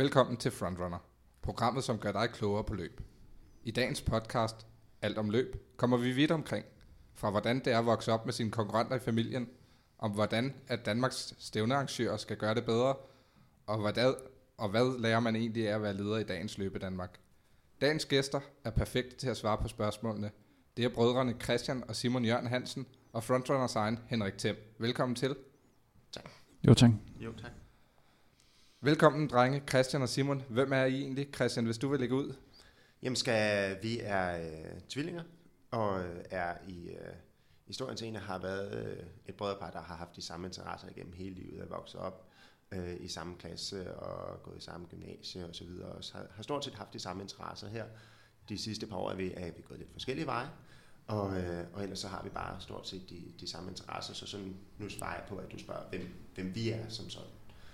Velkommen til Frontrunner, programmet som gør dig klogere på løb. I dagens podcast, Alt om løb, kommer vi vidt omkring. Fra hvordan det er at vokse op med sine konkurrenter i familien, om hvordan at Danmarks stævnearrangører skal gøre det bedre, og hvad lærer man egentlig af at være leder i dagens løb i Danmark. Dagens gæster er perfekte til at svare på spørgsmålene. Det er brødrene Christian og Simon Jørgen Hansen og Frontrunners egen Henrik Thiem. Velkommen til. Tak. Jo tak. Velkommen, drenge, Christian og Simon. Hvem er I egentlig? Christian, hvis du vil lægge ud. Jamen, vi er tvillinger, og er i historiens ene har været et brødrepar, der har haft de samme interesser igennem hele livet, er vokset op i samme klasse og gået i samme gymnasie og så videre, og har stort set haft de samme interesser her. De sidste par år er vi gået lidt forskellige veje, og ellers så har vi bare stort set de samme interesser, så sådan, nu svarer jeg på, at du spørger, hvem vi er som sådan.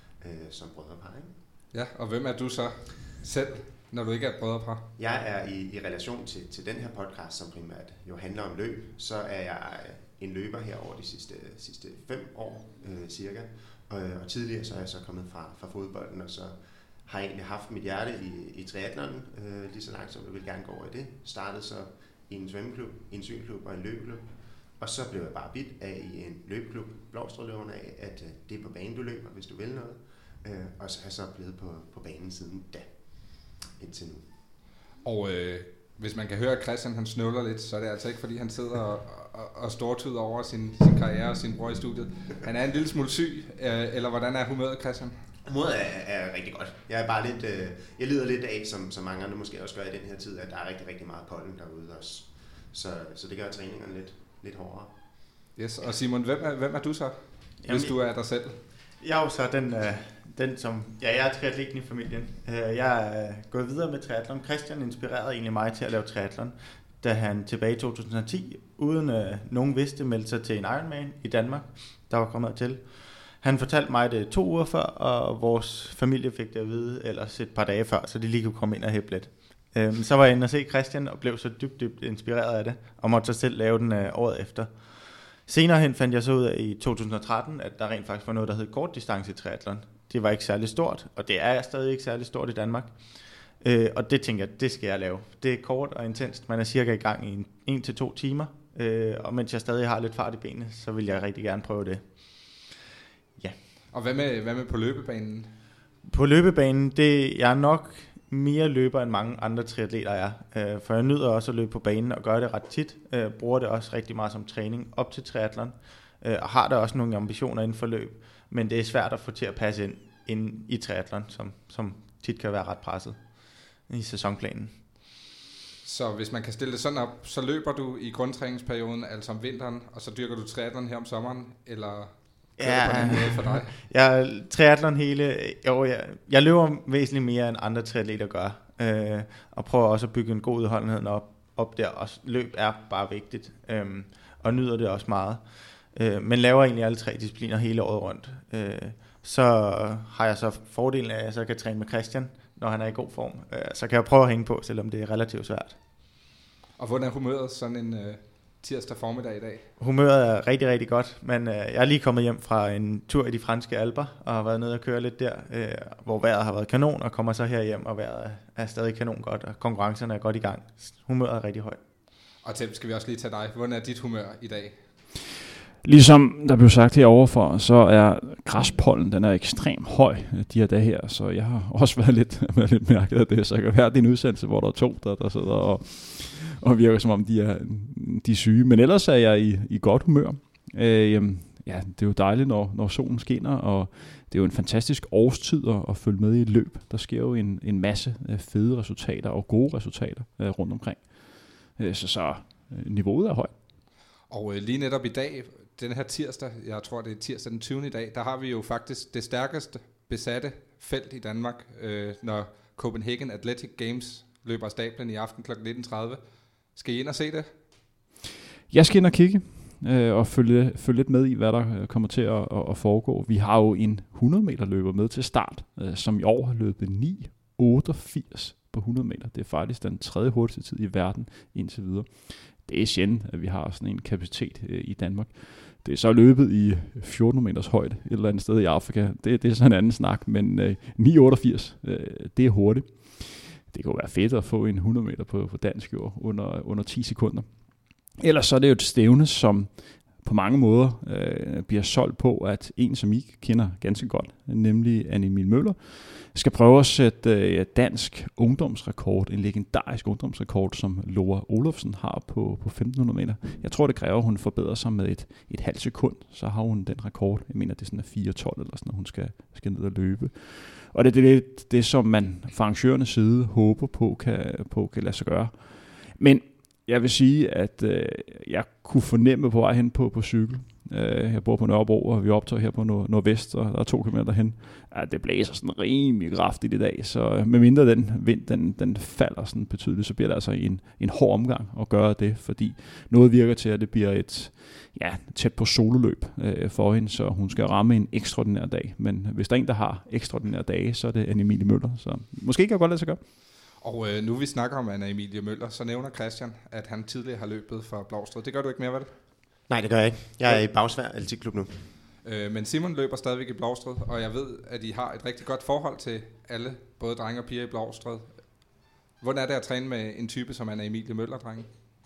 Som brødrepar, ikke? Ja, og hvem er du så selv, når du ikke er et brødrepar? Jeg er i relation til den her podcast, som primært jo handler om løb, så er jeg en løber her over de sidste 5 år cirka, og tidligere så er jeg så kommet fra fodbolden, og så har jeg egentlig haft mit hjerte i triathlon lige så langt, som jeg vil gerne gå over i det. Startede så i en svømmeklub, en cykelklub og en løbeklub, og så blev jeg bare bidt af i en løbeklub, Blåstrødløverne, af at det er på banen, du løber, hvis du vil noget. Og så er jeg så blevet på banen siden da, indtil nu. Og hvis man kan høre, at Christian han snøvler lidt, så er det altså ikke, fordi han sidder og stortyder over sin karriere og sin bror i studiet. Han er en lille smule syg, eller hvordan er humøret, Christian? Humøret er rigtig godt. Jeg er bare lidt, jeg lider lidt af, som mange andre måske også gør i den her tid, at der er rigtig, rigtig meget pollen derude også. Så det gør træningerne lidt hårdere. Yes, og Simon, hvem er du så, hvis du er dig selv? Jeg er jo så den som... Ja, jeg er triatleten i familien. Jeg er gået videre med triathlon. Christian inspirerede egentlig mig til at lave triathlon, da han tilbage i 2010, uden nogen vidste, meldte sig til en Ironman i Danmark, der var kommet til. Han fortalte mig det 2 uger før, og vores familie fik det at vide ellers et par dage før, så de lige kunne komme ind og hæppe lidt. Så var jeg inde og se Christian, og blev så dybt inspireret af det, og måtte så selv lave den året efter. Senere hen fandt jeg så ud af i 2013, at der rent faktisk var noget, der hed kortdistance triathlon. Det var ikke særlig stort, og det er stadig ikke særlig stort i Danmark. Og det tænker jeg, det skal jeg lave. Det er kort og intenst. Man er cirka i gang i 1 til 2 timer. Og mens jeg stadig har lidt fart i benene, så vil jeg rigtig gerne prøve det. Ja. Og hvad med på løbebanen? På løbebanen, jeg er nok mere løber end mange andre triatleter er. For jeg nyder også at løbe på banen og gør det ret tit. Bruger det også rigtig meget som træning op til triathlon. Og har der også nogle ambitioner inden for løb. Men det er svært at få til at passe ind i triathlon, som tit kan være ret presset i sæsonplanen. Så hvis man kan stille det sådan op, så løber du i grundtræningsperioden, altså om vinteren, og så dyrker du triathlon her om sommeren, eller kører det på den måde for dig? Jeg triathlon jeg løber væsentligt mere end andre triatleter gør, og prøver også at bygge en god udholdenhed op der, og løb er bare vigtigt, og nyder det også meget. Men laver egentlig alle 3 discipliner hele året rundt. Så har jeg så fordelen af, at jeg så kan træne med Christian, når han er i god form. Så kan jeg prøve at hænge på, selvom det er relativt svært. Og hvordan er humøret sådan en tirsdag formiddag i dag? Humøret er rigtig, rigtig godt, men jeg er lige kommet hjem fra en tur i de franske alper, og har været nede og køre lidt der, hvor vejret har været kanon, og kommer så her hjem, og vejret er stadig kanon godt, og konkurrencerne er godt i gang. Humøret er rigtig højt. Og Thiem, skal vi også lige tage dig. Hvordan er dit humør i dag? Ligesom der blev sagt herovre for, så er græspollen, den er ekstremt høj de her dage her, så jeg har også været lidt mærket af det, så jeg kan være en udsendelse, hvor der er 2, der sidder og virker som om de er syge, men ellers er jeg i godt humør. Ja, det er jo dejligt, når solen skinner, og det er jo en fantastisk årstid at følge med i et løb. Der sker jo en masse fede resultater og gode resultater rundt omkring, så niveauet er højt. Og lige netop i dag, den her tirsdag, jeg tror det er tirsdag den 20. i dag, der har vi jo faktisk det stærkeste besatte felt i Danmark, når Copenhagen Athletic Games løber af stablen i aften kl. 19.30. Skal I ind og se det? Jeg skal ind og kigge og følge lidt med i, hvad der kommer til at foregå. Vi har jo en 100 meter løber med til start, som i år har løbet 9.88 på 100 meter. Det er faktisk den 3. hurtigste tid i verden indtil videre. Det er sjældent, at vi har sådan en kapacitet i Danmark. Det er så løbet i 14 meters højde et eller andet sted i Afrika. Det er sådan en anden snak, men 9,88, det er hurtigt. Det kunne være fedt at få en 100 meter på dansk jord under 10 sekunder. Ellers så er det jo et stævne, som på mange måder bliver solgt på, at en, som I kender ganske godt, nemlig Anne-Emil Møller, skal prøve at sætte dansk ungdomsrekord, en legendarisk ungdomsrekord, som Laura Olofsen har på 1500 meter. Jeg tror, det kræver, at hun forbedrer sig med et halvt sekund, så har hun den rekord. Jeg mener, det er sådan 4.12 eller sådan, når hun skal ned og løbe. Og det er det, som man fra arrangørernes side håber på kan lade sig gøre. Men jeg vil sige, at jeg kunne fornemme på vej hen på cykel. Jeg bor på Nørrebro, og vi optager her på Nordvest, og der er 2 kilometer hen. Ja, det blæser sådan rimelig kraftigt i dag, så medmindre den vind den falder sådan betydeligt, så bliver det altså en hård omgang at gøre det, fordi noget virker til, at det bliver et tæt på sololøb for hende, så hun skal ramme en ekstraordinær dag. Men hvis der er en, der har ekstraordinære dage, så er det Anne-Emilie Møller, så måske kan jeg godt lade sig gøre. Og nu vi snakker om Anne-Emilie Møller, så nævner Christian, at han tidligere har løbet for Blovstrød. Det gør du ikke mere, vel? Nej, det gør jeg ikke. Jeg er i Bagsvær Atletikklub nu. Men Simon løber stadigvæk i Blovstrød, og jeg ved, at I har et rigtig godt forhold til alle, både drenge og piger i Blovstrød. Hvordan er det at træne med en type som Anne-Emilie Møller, drenge?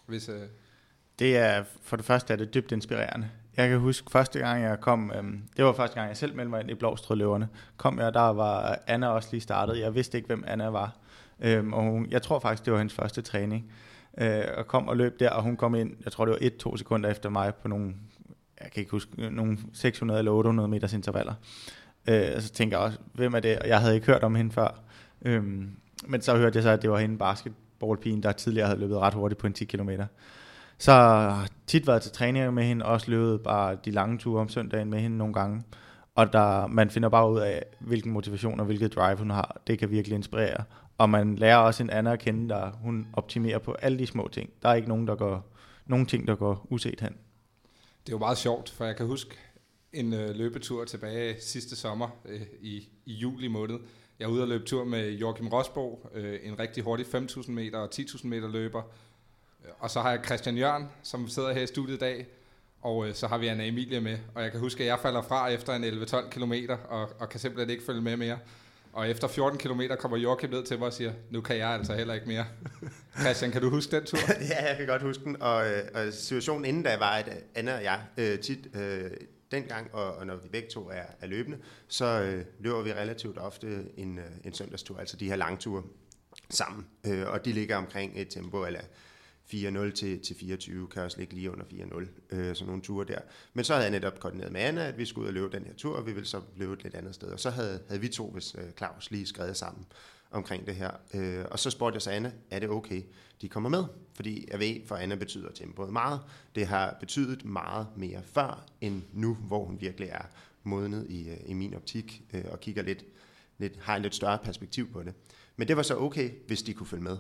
Det er, for det første er det dybt inspirerende. Jeg kan huske første gang jeg kom, det var første gang jeg selv meldte mig ind i Blovstrød-løberne, kom jeg, der var Anna også lige startet. Jeg vidste ikke, hvem Anna var. Og jeg tror faktisk, det var hendes første træning. Og kom og løb der, og hun kom ind, jeg tror det var 1-2 sekunder efter mig på nogle, jeg kan ikke huske, nogle 600 eller 800 meters intervaller. Og så tænker jeg også, hvem er det? Og jeg havde ikke hørt om hende før. Men så hørte jeg så, at det var hende basketballpigen, der tidligere havde løbet ret hurtigt på en 10 kilometer. Så har tit været til træninger med hende, også løbet bare de lange ture om søndagen med hende nogle gange. Og man finder bare ud af, hvilken motivation og hvilket drive hun har. Det kan virkelig inspirere. Og man lærer også en anden at kende, der hun optimerer på alle de små ting. Der er ikke nogen ting, der går uset hen. Det er jo meget sjovt, for jeg kan huske en løbetur tilbage sidste sommer i juli måned. Jeg var ude og løbe tur med Joachim Rosbo, en rigtig hurtig 5.000 meter og 10.000 meter løber. Og så har jeg Christian Jørgen, som sidder her i studiet i dag. Og så har vi Anne-Emilie med. Og jeg kan huske, at jeg falder fra efter en 11-12 kilometer, og kan simpelthen ikke følge med mere. Og efter 14 kilometer kommer Joachim ned til mig og siger, nu kan jeg altså heller ikke mere. Christian, kan du huske den tur? Ja, jeg kan godt huske den. Og situationen inden da var, at Anna og jeg tit dengang, og når vi begge to er løbende, så løber vi relativt ofte en søndagstur, altså de her langture sammen. Og de ligger omkring et tempo eller 4.0 til 24, kan også ligge lige under 4.0, sådan nogle ture der. Men så havde jeg netop koordineret med Anna, at vi skulle ud og løbe den her tur, og vi ville så løbe et lidt andet sted. Og så havde vi to, hvis Claus, lige skrevet sammen omkring det her. Og så spurgte jeg så Anna, er det okay, de kommer med? Fordi jeg ved, for Anna betyder tempoet meget. Det har betydet meget mere før, end nu, hvor hun virkelig er modnet i min optik, og kigger har en lidt større perspektiv på det. Men det var så okay, hvis de kunne følge med.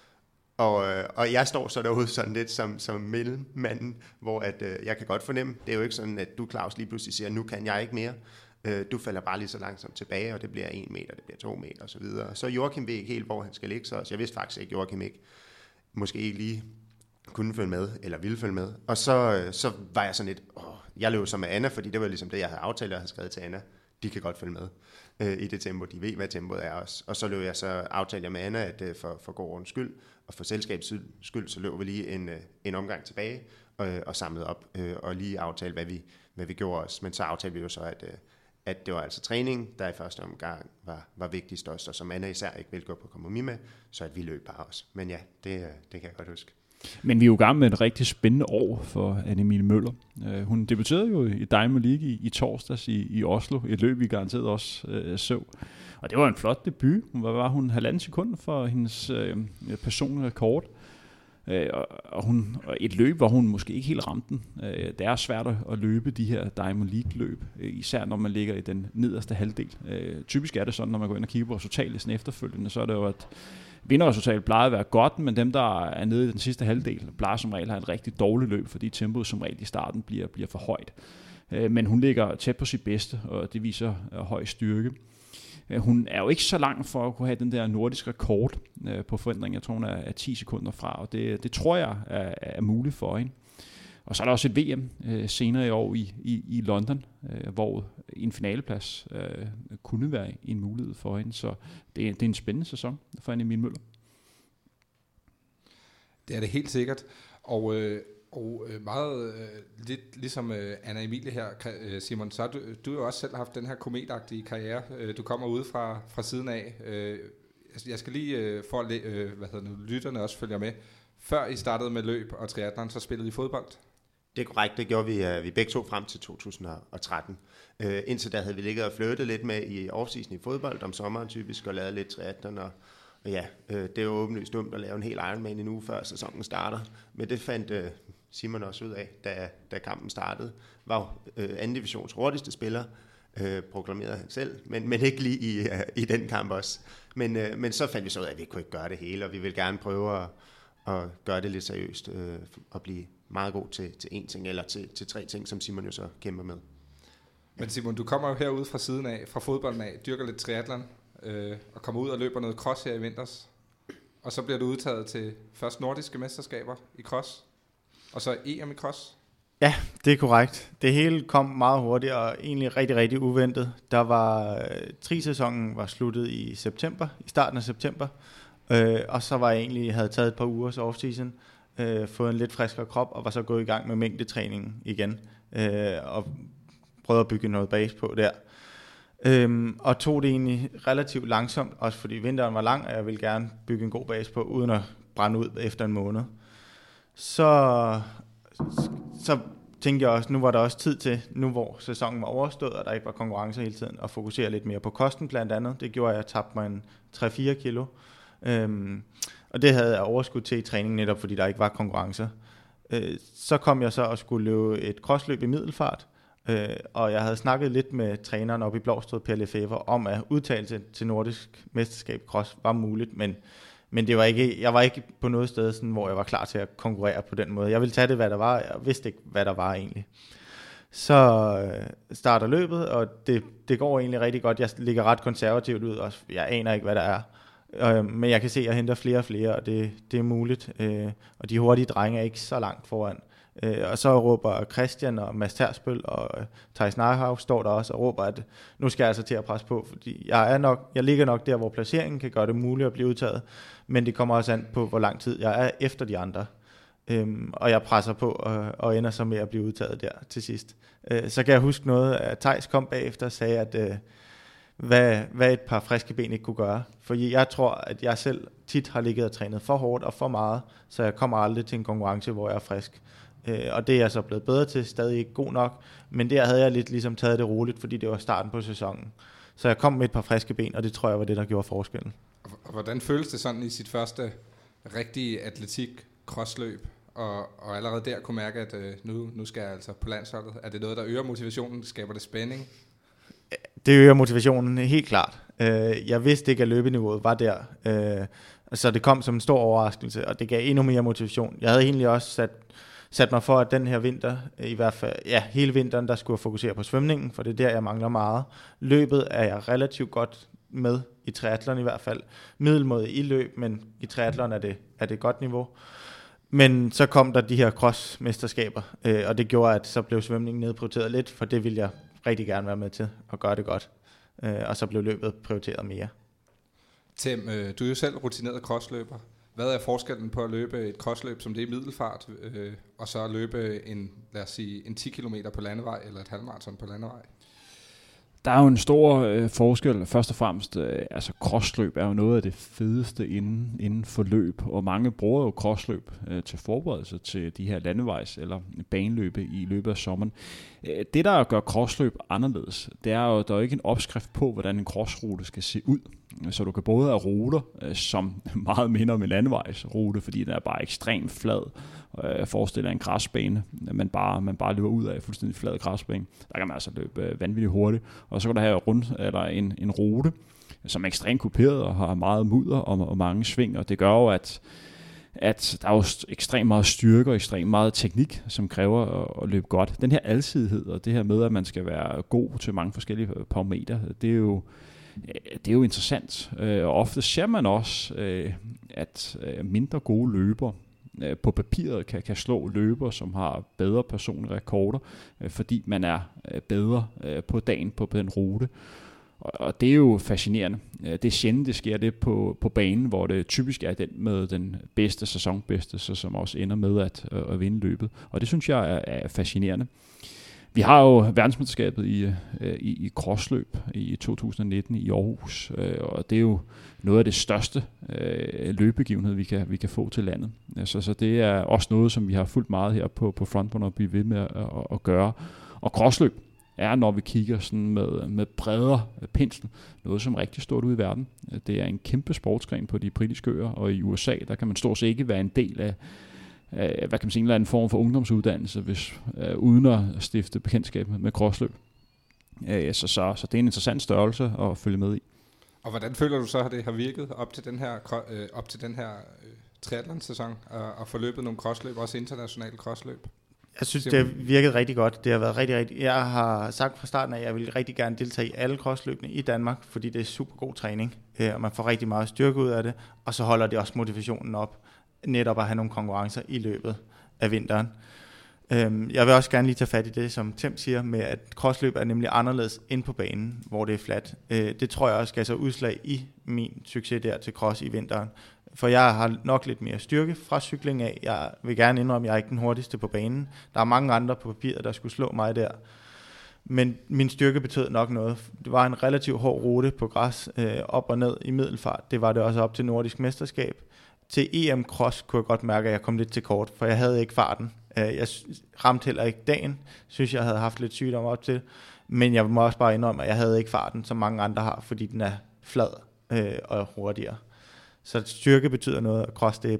Og jeg står så derude sådan lidt som mellemmanden, hvor at, jeg kan godt fornemme, det er jo ikke sådan, at du, Claus, lige pludselig siger, nu kan jeg ikke mere. Du falder bare lige så langsomt tilbage, og det bliver 1 meter, det bliver 2 meter osv. Så Joachim ved ikke helt, hvor han skal ligge, så jeg vidste faktisk ikke, Joachim ikke måske ikke lige kunne følge med, eller ville følge med. Og så var jeg sådan lidt, jeg løb så med Anna, fordi det var ligesom det, jeg havde aftalt, og havde skrevet til Anna. De kan godt følge med i det tempo, de ved, hvad tempoet er også. Og så løb jeg så aftalt med Anna, at for god ordens skyld, og for selskabets skyld, så løb vi lige en omgang tilbage, og samlede op, og lige aftalt, hvad vi gjorde også. Men så aftalte vi jo så, at det var altså træning, der i første omgang var vigtigst også, og som Anna især ikke ville gå på kompromis med, så at vi løb bare også. Men ja, det kan jeg godt huske. Men vi er jo i gang med et rigtig spændende år for Anne-Emilie Møller. Hun debuterede jo i Diamond League i torsdags i Oslo, et løb vi garanteret også så. Og det var en flot debut. Var hun 1,5 sekund for hendes personlige rekord. Og et løb, hvor hun måske ikke helt ramte den. Det er svært at løbe de her Diamond League-løb, især når man ligger i den nederste halvdel. Typisk er det sådan, når man går ind og kigger på resultatlisten efterfølgende, så er det jo, at vinderresultatet plejer at være godt, men dem, der er nede i den sidste halvdel, plejer som regel at have et rigtig dårligt løb, fordi tempoet som regel i starten bliver for højt. Men hun ligger tæt på sit bedste, og det viser høj styrke. Hun er jo ikke så langt for at kunne have den der nordiske rekord på forhindring. Jeg tror, hun er 10 sekunder fra, og det tror jeg er muligt for hende. Og så er der også et VM senere i år i London, hvor en finaleplads kunne være en mulighed for hende. Så det er en spændende sæson for Anne Emil Møller. Det er det helt sikkert. Og meget lidt ligesom Anna Emilie her, Simon, så har du jo også selv haft den her kometagtige karriere. Du kommer ude fra siden af. Jeg skal lige for at lytterne også følger med. Før I startede med løb og triathlon, så spillede I fodbold? Det er korrekt, det gjorde vi begge to frem til 2013. Indtil da havde vi ligget og flirtet lidt med i off-season i fodbold om sommeren typisk, og lavet lidt triathlon, og ja, det er jo åbenlyst dumt at lave en hel Ironman en uge før sæsonen starter. Men det fandt Simon også ud af, da kampen startede. Var anden divisions hurtigste spiller, proklamerede han selv, men ikke lige i den kamp også. Men så fandt vi så ud af, at vi kunne ikke gøre det hele, og vi ville gerne prøve at gøre det lidt seriøst, og blive meget god til én ting, eller til 3 ting, som Simon jo så kæmper med. Men Simon, du kommer jo herude fra siden af, fra fodbolden af, dyrker lidt triathlon, og kommer ud og løber noget cross her i vinters. Og så bliver du udtaget til først nordiske mesterskaber i cross, og så EM i cross. Ja, det er korrekt. Det hele kom meget hurtigt, og egentlig rigtig, rigtig uventet. Der var, tri-sæsonen var sluttet i september, i starten af september, og så var jeg egentlig, havde taget et par ugers off-season, fået en lidt friskere krop, og var så gået i gang med mængdetræningen igen, og prøvede at bygge noget base på der. Og tog det egentlig relativt langsomt, også fordi vinteren var lang, og jeg ville gerne bygge en god base på, uden at brænde ud efter en måned. Så tænkte jeg også, nu var der også tid til, nu hvor sæsonen var overstået, og der ikke var konkurrencer hele tiden, at fokusere lidt mere på kosten blandt andet. Det gjorde, at jeg tabte mig en 3-4 kilo. Og det havde jeg overskud til i træningen, netop fordi der ikke var konkurrencer. Så kom jeg så og skulle løbe et crossløb i middelfart, og jeg havde snakket lidt med træneren oppe i Blovstrød, Per Lefebvre, om at udtalelse til nordisk mesterskab cross var muligt, men det var ikke, jeg var ikke på noget sted, sådan, hvor jeg var klar til at konkurrere på den måde. Jeg ville tage det, hvad der var. Jeg vidste ikke, hvad der var egentlig. Så starter løbet, og det går egentlig rigtig godt. Jeg ligger ret konservativt ud, og jeg aner ikke, hvad der er. Men jeg kan se, at jeg henter flere og flere, og det er muligt. Og de hurtige drenge er ikke så langt foran. Og så råber Christian og Mads Tersbøl og Thijs Narhav står der også og råber, at nu skal jeg altså til at presse på, fordi jeg ligger nok der, hvor placeringen kan gøre det muligt at blive udtaget, men det kommer også an på, hvor lang tid jeg er efter de andre. Og jeg presser på og ender så med at blive udtaget der til sidst. Så kan jeg huske noget, at Thijs kom bagefter og sagde, at hvad et par friske ben ikke kunne gøre. Fordi jeg tror, at jeg selv tit har ligget og trænet for hårdt og for meget, så jeg kommer aldrig til en konkurrence, hvor jeg er frisk. Og det er jeg så blevet bedre til, stadig ikke god nok, men der havde jeg lidt ligesom taget det roligt, fordi det var starten på sæsonen. Så jeg kom med et par friske ben, og det tror jeg var det, der gjorde forskellen. Og hvordan føles det sådan i sit første rigtige atletik-crossløb, og allerede der kunne mærke, at nu skal jeg altså på landsholdet? Er det noget, der øger motivationen? Skaber det spænding? Det øger motivationen helt klart. Jeg vidste ikke, at løbeniveauet var der, så det kom som en stor overraskelse, og det gav endnu mere motivation. Jeg havde egentlig også sat mig for, at den her vinter, i hvert fald, ja, hele vinteren, der skulle jeg fokusere på svømningen, for det er der, jeg mangler meget. Løbet er jeg relativt godt med, i triathlon i hvert fald. Middelmåde i løb, men i triathlon er det godt niveau. Men så kom der de her crossmesterskaber, og det gjorde, at så blev svømningen nedprioriteret lidt, for det ville jeg rigtig gerne være med til at gøre det godt. Og så blev løbet prioriteret mere. Tim, du er jo selv rutineret crossløber. Hvad er forskellen på at løbe et crossløb, som det er i middelfart, og så at løbe lad os sige, en 10 km på landevej, eller et halvmarathon på landevej? Der er jo en stor forskel. Først og fremmest, altså crossløb er jo noget af det fedeste inden for løb, og mange bruger jo crossløb til forberedelse til de her landevejs- eller baneløbe i løbet af sommeren. Det, der gør crossløb anderledes, det er jo, der er ikke en opskrift på, hvordan en crossrute skal se ud. Så du kan både have ruter, som meget minder om en landevejsrute, fordi den er bare ekstremt flad. Forestiller en græsbane, man bare løber ud af fuldstændig flad græsbane. Der kan man altså løbe vanvittigt hurtigt. Og så kan der have en rute, som er ekstremt kuperet og har meget mudder og mange sving. Og det gør jo, at der er jo ekstremt meget styrke og ekstremt meget teknik, som kræver at løbe godt. Den her alsidighed og det her med, at man skal være god til mange forskellige parametre, det er jo det er jo interessant. Og ofte ser man også, at mindre gode løber på papiret kan slå løber, som har bedre personlige rekorder, fordi man er bedre på dagen på den rute. Og det er jo fascinerende. Det er sjældent, det sker det på banen, hvor det typisk er den med den bedste sæsonbedste, så som også ender med at vinde løbet. Og det synes jeg er fascinerende. Vi har jo verdensmesterskabet i crossløb i 2019 i Aarhus, og det er jo noget af det største løbebegivenhed, vi kan få til landet. Så det er også noget, som vi har fulgt meget her på Frontrunners og blive ved med at gøre. Og crossløb er, når vi kigger sådan med bredere pensel, noget som er rigtig stort ud i verden. Det er en kæmpe sportsgren på de britiske øer, og i USA, der kan man stort set ikke være en del af hvad kan man sige, en eller anden form for ungdomsuddannelse, uden at stifte bekendtskab med crossløb. Så det er en interessant størrelse at følge med i. Og hvordan føler du så, at det har virket op til den her triathlon-sæson, og få løbet nogle crossløb, også internationale crossløb? Jeg synes, det har virket rigtig godt. Det har været rigtig. Jeg har sagt fra starten, at jeg vil rigtig gerne deltage i alle crossløbene i Danmark, fordi det er super god træning, og man får rigtig meget styrke ud af det, og så holder det også motivationen op, netop at have nogle konkurrencer i løbet af vinteren. Jeg vil også gerne lige tage fat i det, som Tim siger, med at crossløb er nemlig anderledes end på banen, hvor det er fladt. Det tror jeg også skal så udslag i min succes der til cross i vinteren. For jeg har nok lidt mere styrke fra cykling af. Jeg vil gerne indrømme, at jeg er ikke den hurtigste på banen. Der er mange andre på papiret, der skulle slå mig der. Men min styrke betød nok noget. Det var en relativt hård rute på græs, op og ned i middelfart. Det var det også op til nordisk mesterskab. Til EM Cross kunne jeg godt mærke, at jeg kom lidt til kort, for jeg havde ikke farten. Jeg ramte heller ikke dagen. Synes, jeg havde haft lidt sygdom op til. Men jeg må også bare indrømme, at jeg havde ikke farten, som mange andre har, fordi den er flad og hurtigere. Så styrke betyder noget, og cross, det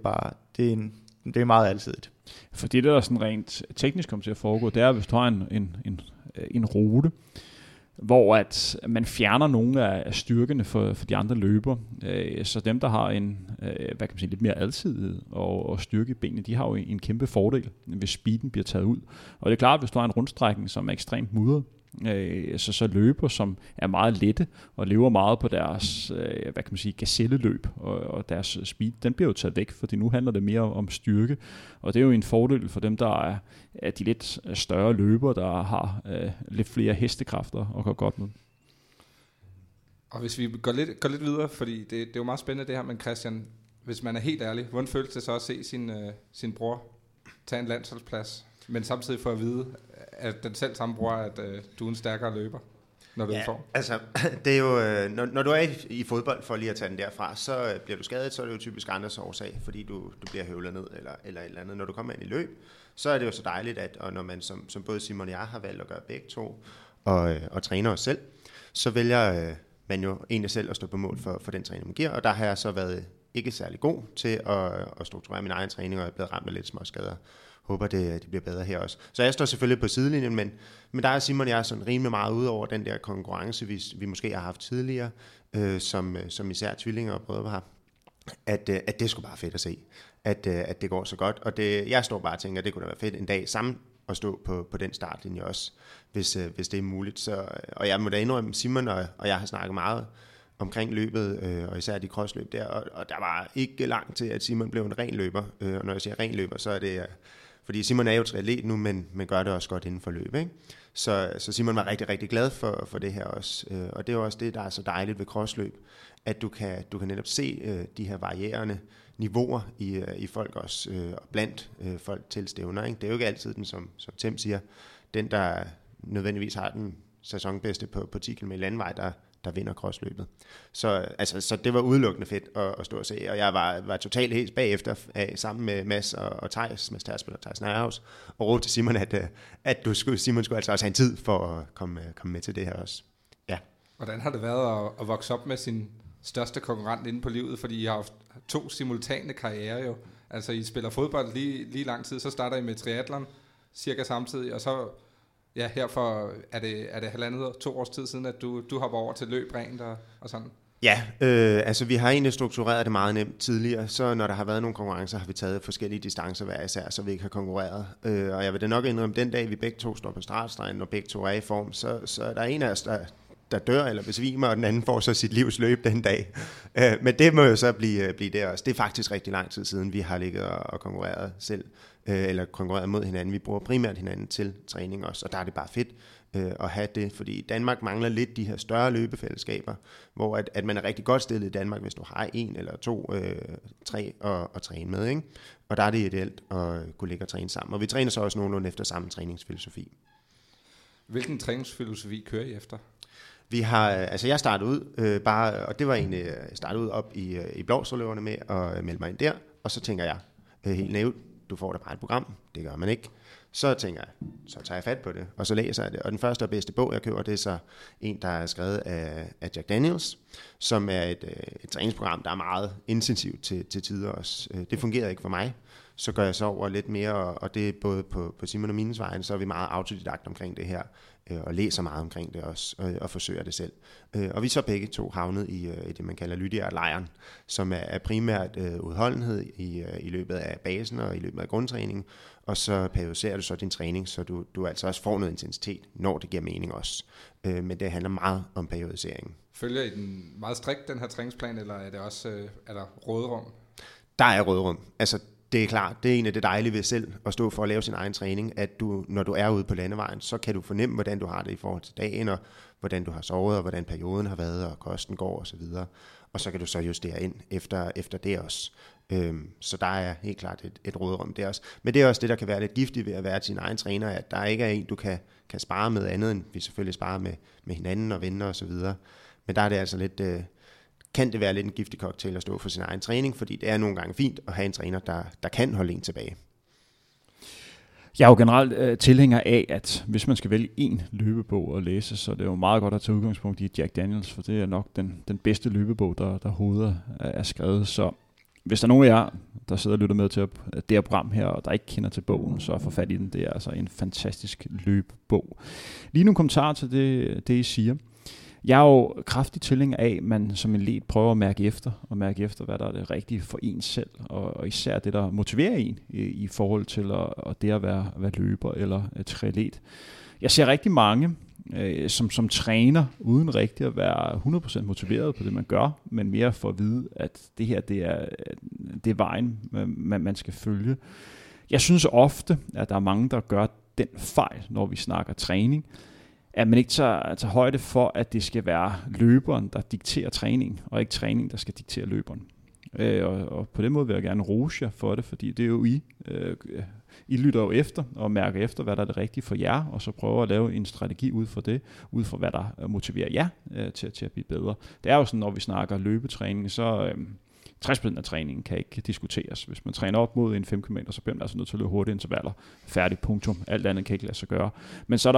er meget alsidigt. For det, der sådan rent teknisk kommer til at foregå, det er, hvis du har en rute, hvor at man fjerner nogle af styrkene for de andre løber. Så dem, der har en hvad kan man sige, lidt mere alsidighed og styrke i benene, de har jo en kæmpe fordel, hvis speeden bliver taget ud. Og det er klart, hvis du har en rundstrækning, som er ekstremt mudret, så løber, som er meget lette og lever meget på deres hvad kan man sige, gazelleløb og deres speed, den bliver jo taget væk, fordi nu handler det mere om styrke, og det er jo en fordel for dem, der er de lidt større løbere, der har lidt flere hestekræfter og går godt med. Og hvis vi går lidt videre, fordi det er jo meget spændende det her, men Christian, hvis man er helt ærlig, hvordan føles det så at se sin bror tage en landsholdsplads, men samtidig få at vide, at den selv samme bror, at du er en stærkere løber, når du er i form? Altså, det er jo, når du er i fodbold, for lige at tage den derfra, så bliver du skadet, så er det jo typisk andres årsag, fordi du bliver høvlet ned eller et eller andet. Når du kommer ind i løb, så er det jo så dejligt, og når man som både Simon og jeg har valgt at gøre begge to, og træner os selv, så vælger man jo egentlig selv at stå på mål for den træning, man giver, og der har jeg så været ikke særlig god til at strukturere min egen træning, og jeg er blevet ramt af lidt små skader. Håber, det bliver bedre her også. Så jeg står selvfølgelig på sidelinjen, men der er Simon og jeg sådan rimelig meget ud over den der konkurrence, vi måske har haft tidligere, som især tvillinger og brødre har, at det er sgu bare fedt at se, at det går så godt. Og jeg står bare og tænker, at det kunne da være fedt en dag sammen at stå på den startlinje også, hvis det er muligt. Så, og jeg må da indrømme, Simon og jeg har snakket meget omkring løbet, og især de crossløb der, og der var ikke langt til, at Simon blev en ren løber. Og når jeg siger ren løber, så er det... Fordi Simon er jo triatlet nu, men gør det også godt inden for løb, ikke? Så Simon var rigtig, rigtig glad for det her også. Og det er også det, der er så dejligt ved crossløb, at du kan netop se de her varierende niveauer i folk også, og blandt folk til stævner, ikke? Det er jo ikke altid den, som Tim siger, den, der nødvendigvis har den sæsonbedste på 10 km landvej, der vinder crossløbet. Så det var udelukkende fedt at stå og se, og jeg var totalt helt bagefter sammen med Mads og Thijs, Mads Tersbøl og Thijs Nørhaus, og råbte til Simon, at Simon skulle altså også have en tid for at komme med til det her også. Ja. Hvordan har det været at vokse op med sin største konkurrent inde på livet, fordi I har haft 2 simultane karrierer jo. Altså I spiller fodbold lige lang tid, så starter I med triathlon cirka samtidig, og så ja, herfor er det 1,5-2 års tid siden, at du hopper over til løb rent og sådan. Ja, altså vi har egentlig struktureret det meget nemt tidligere, så når der har været nogle konkurrencer, har vi taget forskellige distancer hver især, så vi ikke har konkurreret. Og jeg vil da nok indrømme, den dag vi begge to står på startstregen, og begge to er i form, så er der en af os, der dør eller besvimer, og den anden får så sit livs løb den dag. Men det må jo så blive det også. Det er faktisk rigtig lang tid siden, vi har ligget og konkurreret selv, eller konkurreret mod hinanden. Vi bruger primært hinanden til træning også, og der er det bare fedt at have det, fordi Danmark mangler lidt de her større løbefællesskaber, hvor at man er rigtig godt stillet i Danmark, hvis du har 1 eller 2, 3 at træne med, ikke? Og der er det ideelt at kunne ligge og træne sammen. Og vi træner så også nogenlunde efter samme træningsfilosofi. Hvilken træningsfilosofi kører I efter? Vi har, altså jeg startede ud og det var egentlig, jeg startede ud op i Blåstrøløverne med at melde mig ind der, og så tænker jeg helt naivt, du får da bare et program, det gør man ikke. Så tænker jeg, så tager jeg fat på det, og så læser jeg det. Og den første og bedste bog, jeg køber, det er så en, der er skrevet af Jack Daniels, som er et træningsprogram, der er meget intensivt til tider også. Det fungerede ikke for mig. Så gør jeg så over lidt mere, og det er både på Simon og Mines vejen, så er vi meget autodidakt omkring det her, og læser meget omkring det også, og forsøger det selv. Og vi så begge to havnet i det, man kalder Lydia-lejren, som er primært udholdenhed i løbet af basen og i løbet af grundtræningen, og så periodiserer du så din træning, så du altså også får noget intensitet, når det giver mening også. Men det handler meget om periodisering. Følger I den meget strikt, den her træningsplan, eller er det også er der råderum? Der er råderum. Altså, det er klart, det er en af det dejlige ved selv at stå for at lave sin egen træning, at når du er ude på landevejen, så kan du fornemme, hvordan du har det i forhold til dagen, og hvordan du har sovet, og hvordan perioden har været, og kosten går osv. Og så kan du så justere ind efter det også. Så der er helt klart et råderum der også. Men det er også det, der kan være lidt giftigt ved at være sin egen træner, at der ikke er en, du kan spare med andet, end vi selvfølgelig sparer med hinanden og venner osv. Men der er det altså lidt... kan det være lidt en giftig cocktail at stå for sin egen træning, fordi det er nogle gange fint at have en træner, der kan holde en tilbage. Jeg er jo generelt tilhænger af, at hvis man skal vælge en løbebog at læse, så det er jo meget godt at tage udgangspunkt i Jack Daniels, for det er nok den bedste løbebog, der overhovedet er skrevet. Så hvis der er nogen af jer, der sidder og lytter med til det her program her, og der ikke kender til bogen, så få fat i den. Det er altså en fantastisk løbebog. Lige nogle kommentarer til det I siger. Jeg er jo kraftig tilhænger af, at man som atlet prøver at mærke efter, hvad der er det rigtige for en selv, og især det, der motiverer en i forhold til det at være løber eller triatlet. Jeg ser rigtig mange, som træner, uden rigtig at være 100% motiveret på det, man gør, men mere for at vide, at det her, det er vejen, man skal følge. Jeg synes ofte, at der er mange, der gør den fejl, når vi snakker træning, at man ikke tager højde for, at det skal være løberen, der dikterer træning, og ikke træning, der skal diktere løberen. Og på den måde vil jeg gerne rose jer for det, fordi det er jo I lytter jo efter og mærker efter, hvad der er det rigtige for jer, og så prøver at lave en strategi ud for det, ud fra hvad der motiverer jer til at blive bedre. Det er jo sådan, når vi snakker løbetræning, så 60% af træningen kan ikke diskuteres. Hvis man træner op mod en 5 km, så bliver man altså nødt til at løbe hurtige intervaller. Færdig, punktum. Alt andet kan ikke lade sig gøre. Men så er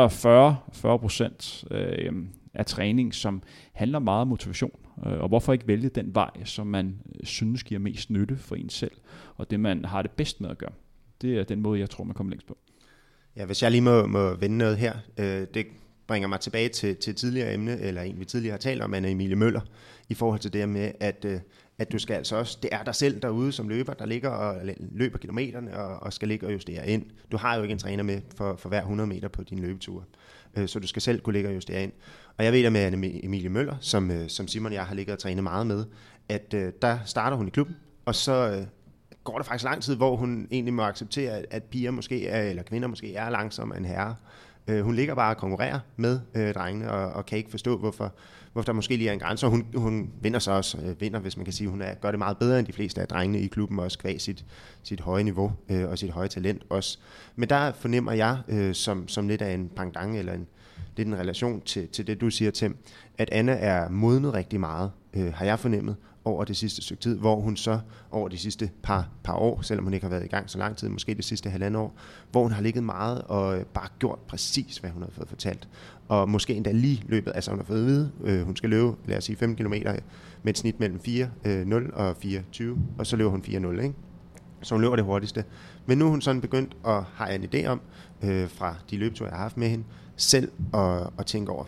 der 40% af træning, som handler meget om motivation. Og hvorfor ikke vælge den vej, som man synes giver mest nytte for en selv, og det man har det bedst med at gøre. Det er den måde, jeg tror, man kommer længst på. Ja, hvis jeg lige må vende noget her, det bringer mig tilbage til tidligere emne, eller en vi tidligere har talt om, Anne Emilie Møller, i forhold til det med, at du skal altså også, det er dig selv derude som løber, der ligger og løber kilometerne og skal ligge og justere ind. Du har jo ikke en træner med for hver 100 meter på din løbetur, så du skal selv kunne ligge og justere ind. Og jeg ved da med Anne Emilie Møller, som Simon og jeg har ligget og trænet meget med, at der starter hun i klubben, og så går der faktisk lang tid, hvor hun egentlig må acceptere, at piger måske er, eller kvinder måske er langsommere end herrer. Hun ligger bare og konkurrerer med drengene, og kan ikke forstå, hvorfor der måske lige er en grænse. Og hun vinder så også, hvis man kan sige, hun gør det meget bedre end de fleste af drengene i klubben, også kvæg sit høje niveau og sit høje talent også. Men der fornemmer jeg, som lidt af en pendant, eller lidt en relation til det, du siger, Tim, at Anna er modnet rigtig meget, har jeg fornemmet, over det sidste stykke tid, hvor hun så over de sidste par år, selvom hun ikke har været i gang så lang tid, måske det sidste 1,5 år, hvor hun har ligget meget og bare gjort præcis, hvad hun har fået fortalt. Og måske endda lige løbet, altså hun har fået at vide, hun skal løbe, lad os sige 5 km med et snit mellem 4.0 og 4.20, og så løber hun 4.0, ikke? Så hun løber det hurtigste. Men nu er hun sådan begyndt at have en idé om, fra de løbeture, jeg har haft med hende, selv at tænke over,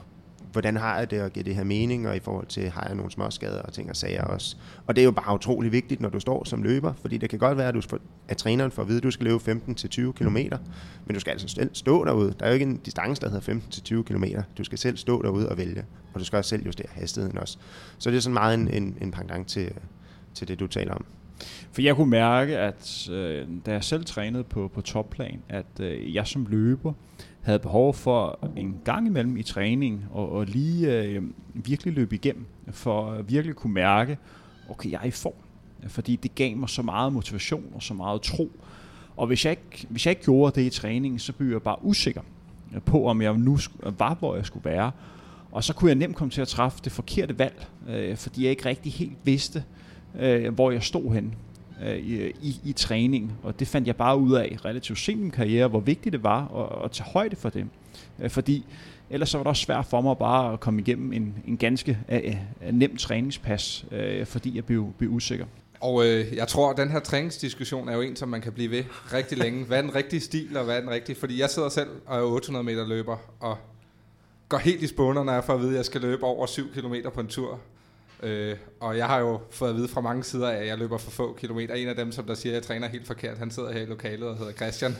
hvordan har jeg det, og giver det her mening, og i forhold til, har jeg nogle småskader og ting og sager også. Og det er jo bare utrolig vigtigt, når du står som løber, fordi det kan godt være, at træneren får at vide, at du skal løbe 15-20 kilometer, men du skal altså selv stå derude. Der er jo ikke en distance, der hedder 15-20 kilometer. Du skal selv stå derude og vælge, og du skal også selv justere hastigheden også. Så det er sådan meget en pendant til det, du taler om. For jeg kunne mærke, at da jeg selv trænede på topplan, at jeg som løber havde behov for en gang imellem i træning og lige virkelig løbe igennem, for at virkelig kunne mærke, okay, jeg er i form. Fordi det gav mig så meget motivation og så meget tro. Og hvis jeg ikke gjorde det i træningen, så blev jeg bare usikker på, om jeg nu var, hvor jeg skulle være. Og så kunne jeg nemt komme til at træffe det forkerte valg, fordi jeg ikke rigtig helt vidste, hvor jeg stod henne i træning. Og det fandt jeg bare ud af relativt sent i min karriere, hvor vigtigt det var at tage højde for det. Fordi ellers så var det også svært for mig bare at komme igennem en ganske nem træningspas, fordi jeg blev usikker. Og jeg tror, at den her træningsdiskussion er jo en, som man kan blive ved rigtig længe. Hvad er den rigtige stil, og hvad er den rigtige? Fordi jeg sidder selv og er 800 meter løber, og går helt i spåner, når jeg får at vide, at jeg skal løbe over 7 kilometer på en tur. Og jeg har jo fået at vide fra mange sider af, at jeg løber for få kilometer. En af dem, som der siger, at jeg træner helt forkert, han sidder her i lokalet og hedder Christian.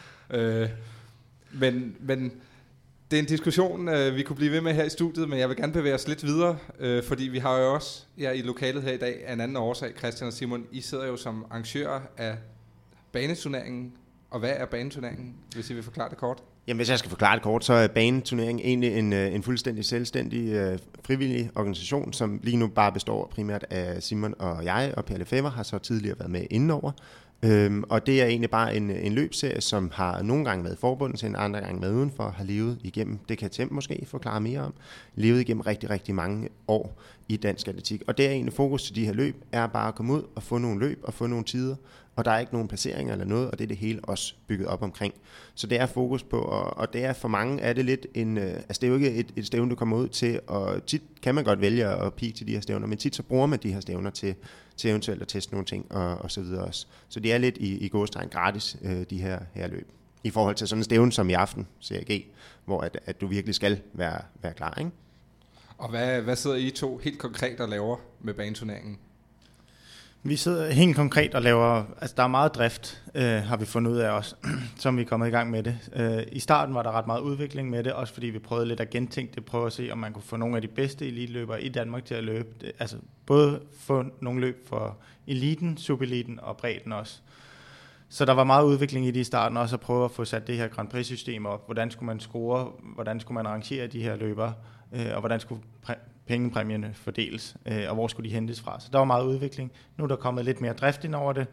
Men det er en diskussion, vi kunne blive ved med her i studiet, men jeg vil gerne bevæge os lidt videre, fordi vi har jo også i lokalet her i dag af en anden årsag, Christian og Simon, I sidder jo som arrangører af baneturneringen. Og hvad er baneturneringen, hvis I vil forklare det kort? Jamen, hvis jeg skal forklare det kort, så er baneturneringen egentlig en fuldstændig selvstændig frivillig organisation, som lige nu bare består primært af Simon og jeg, og Per Lefebvre har så tidligere været med indenover. Og det er egentlig bare en løbserie, som har nogle gange været forbundet til, en andre gange været udenfor, har levet igennem, det kan Tim måske forklare mere om, levet igennem rigtig, rigtig mange år i dansk atletik. Og det er egentlig fokus til de her løb, er bare at komme ud og få nogle løb og få nogle tider, og der er ikke nogen placeringer eller noget, og det er det hele også bygget op omkring. Så det er fokus på, og det er for mange er det lidt altså det er jo ikke et stævne, du kommer ud til, og tit kan man godt vælge at pige til de her stævner, men tit så bruger man de her stævner til eventuelt at teste nogle ting og så videre også. Så det er lidt i gåstegn gratis, de her løb. I forhold til sådan en stævne som i aften, CAG, hvor at du virkelig skal være klar, ikke? Og hvad sidder I to helt konkret og laver med baneturneringen? Vi sidder helt konkret og laver, altså der er meget drift, har vi fundet ud af også, som vi er kommet i gang med det. I starten var der ret meget udvikling med det, også fordi vi prøvede lidt at gentænke det, prøve at se, om man kunne få nogle af de bedste eliteløbere i Danmark til at løbe. Altså både få nogle løb for eliten, subeliten og bredden også. Så der var meget udvikling i det i starten, også at prøve at få sat det her Grand Prix-system op. Hvordan skulle man score, hvordan skulle man arrangere de her løbere, og hvordan skulle pengepræmierne fordeles, og hvor skulle de hentes fra. Så der var meget udvikling. Nu er der kommet lidt mere drift ind over det,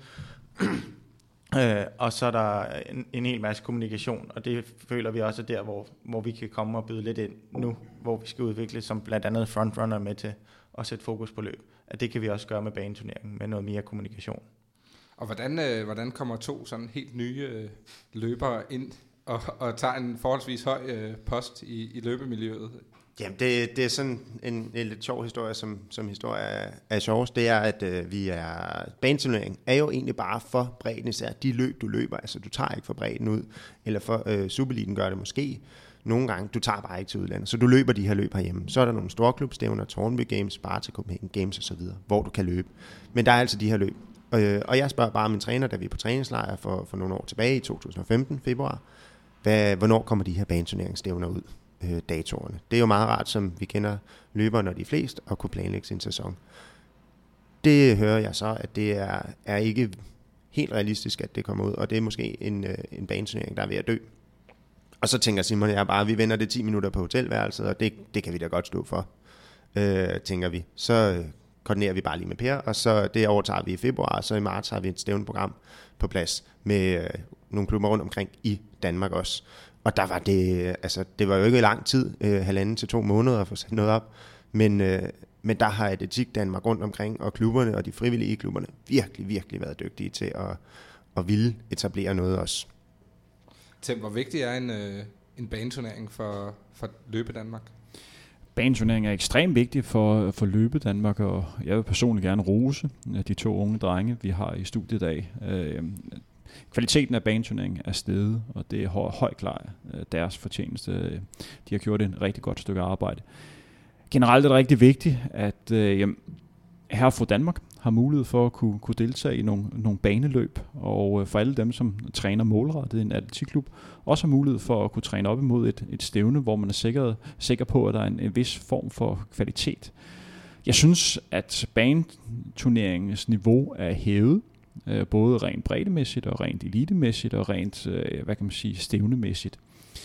og så er der en hel masse kommunikation, og det føler vi også er der, hvor vi kan komme og byde lidt ind nu, hvor vi skal udvikle, som blandt andet frontrunner med til at sætte fokus på løb. At det kan vi også gøre med baneturneringen, med noget mere kommunikation. Og hvordan kommer to sådan helt nye løbere ind og tager en forholdsvis høj post i løbemiljøet? Jamen, det er sådan en lidt sjov historie, som historie er sjovest. Det er, at baneturnering er jo egentlig bare for bredden, især de løb, du løber. Altså, du tager ikke for bredden ud, eller for Supereliten gør det måske. Nogle gange, du tager bare ikke til udlandet, så du løber de her løb herhjemme. Så er der nogle store klubstævner, Tornby Games, Sparta Copenhagen Games osv., hvor du kan løbe. Men der er altså de her løb. Og jeg spørger bare min træner, da vi er på træningslejr for nogle år tilbage i 2015, februar, hvornår kommer de her baneturneringsstævner ud? Datorerne. Det er jo meget rart, som vi kender løbere, når de er flest, og kunne planlægge sin sæson. Det hører jeg så, at det er ikke helt realistisk, at det kommer ud, og det er måske en baneturnering, der er ved at dø. Og så tænker Simon og jeg bare, vi vender det 10 minutter på hotelværelset, og det kan vi da godt stå for, tænker vi. Så koordinerer vi bare lige med Per, og så det overtager vi i februar, og så i marts har vi et stævneprogram på plads med nogle klubber rundt omkring i Danmark også. Og der var det, altså det var jo ikke lang tid, 1,5 til 2 måneder at få sat noget op, men der har Atletik Danmark rundt omkring, og klubberne og de frivillige i klubberne virkelig, virkelig været dygtige til at ville etablere noget også. Tim, hvor vigtig er en baneturnering for Løbe Danmark? Baneturnering er ekstremt vigtig for Løbe Danmark, og jeg vil personligt gerne rose de 2 unge drenge, vi har i studiet i dag. kvaliteten af baneturneringen er steget, og det er højt klart deres fortjeneste. De har gjort et rigtig godt stykke arbejde. Generelt er det rigtig vigtigt, at her fra Danmark har mulighed for at kunne deltage i nogle baneløb, og for alle dem, som træner målrettet i en atletikklub, også har mulighed for at kunne træne op imod et stævne, hvor man er sikker på, at der er en vis form for kvalitet. Jeg synes, at baneturneringens niveau er hævet, både rent breddemæssigt og rent elitemæssigt og rent, stævnemæssigt.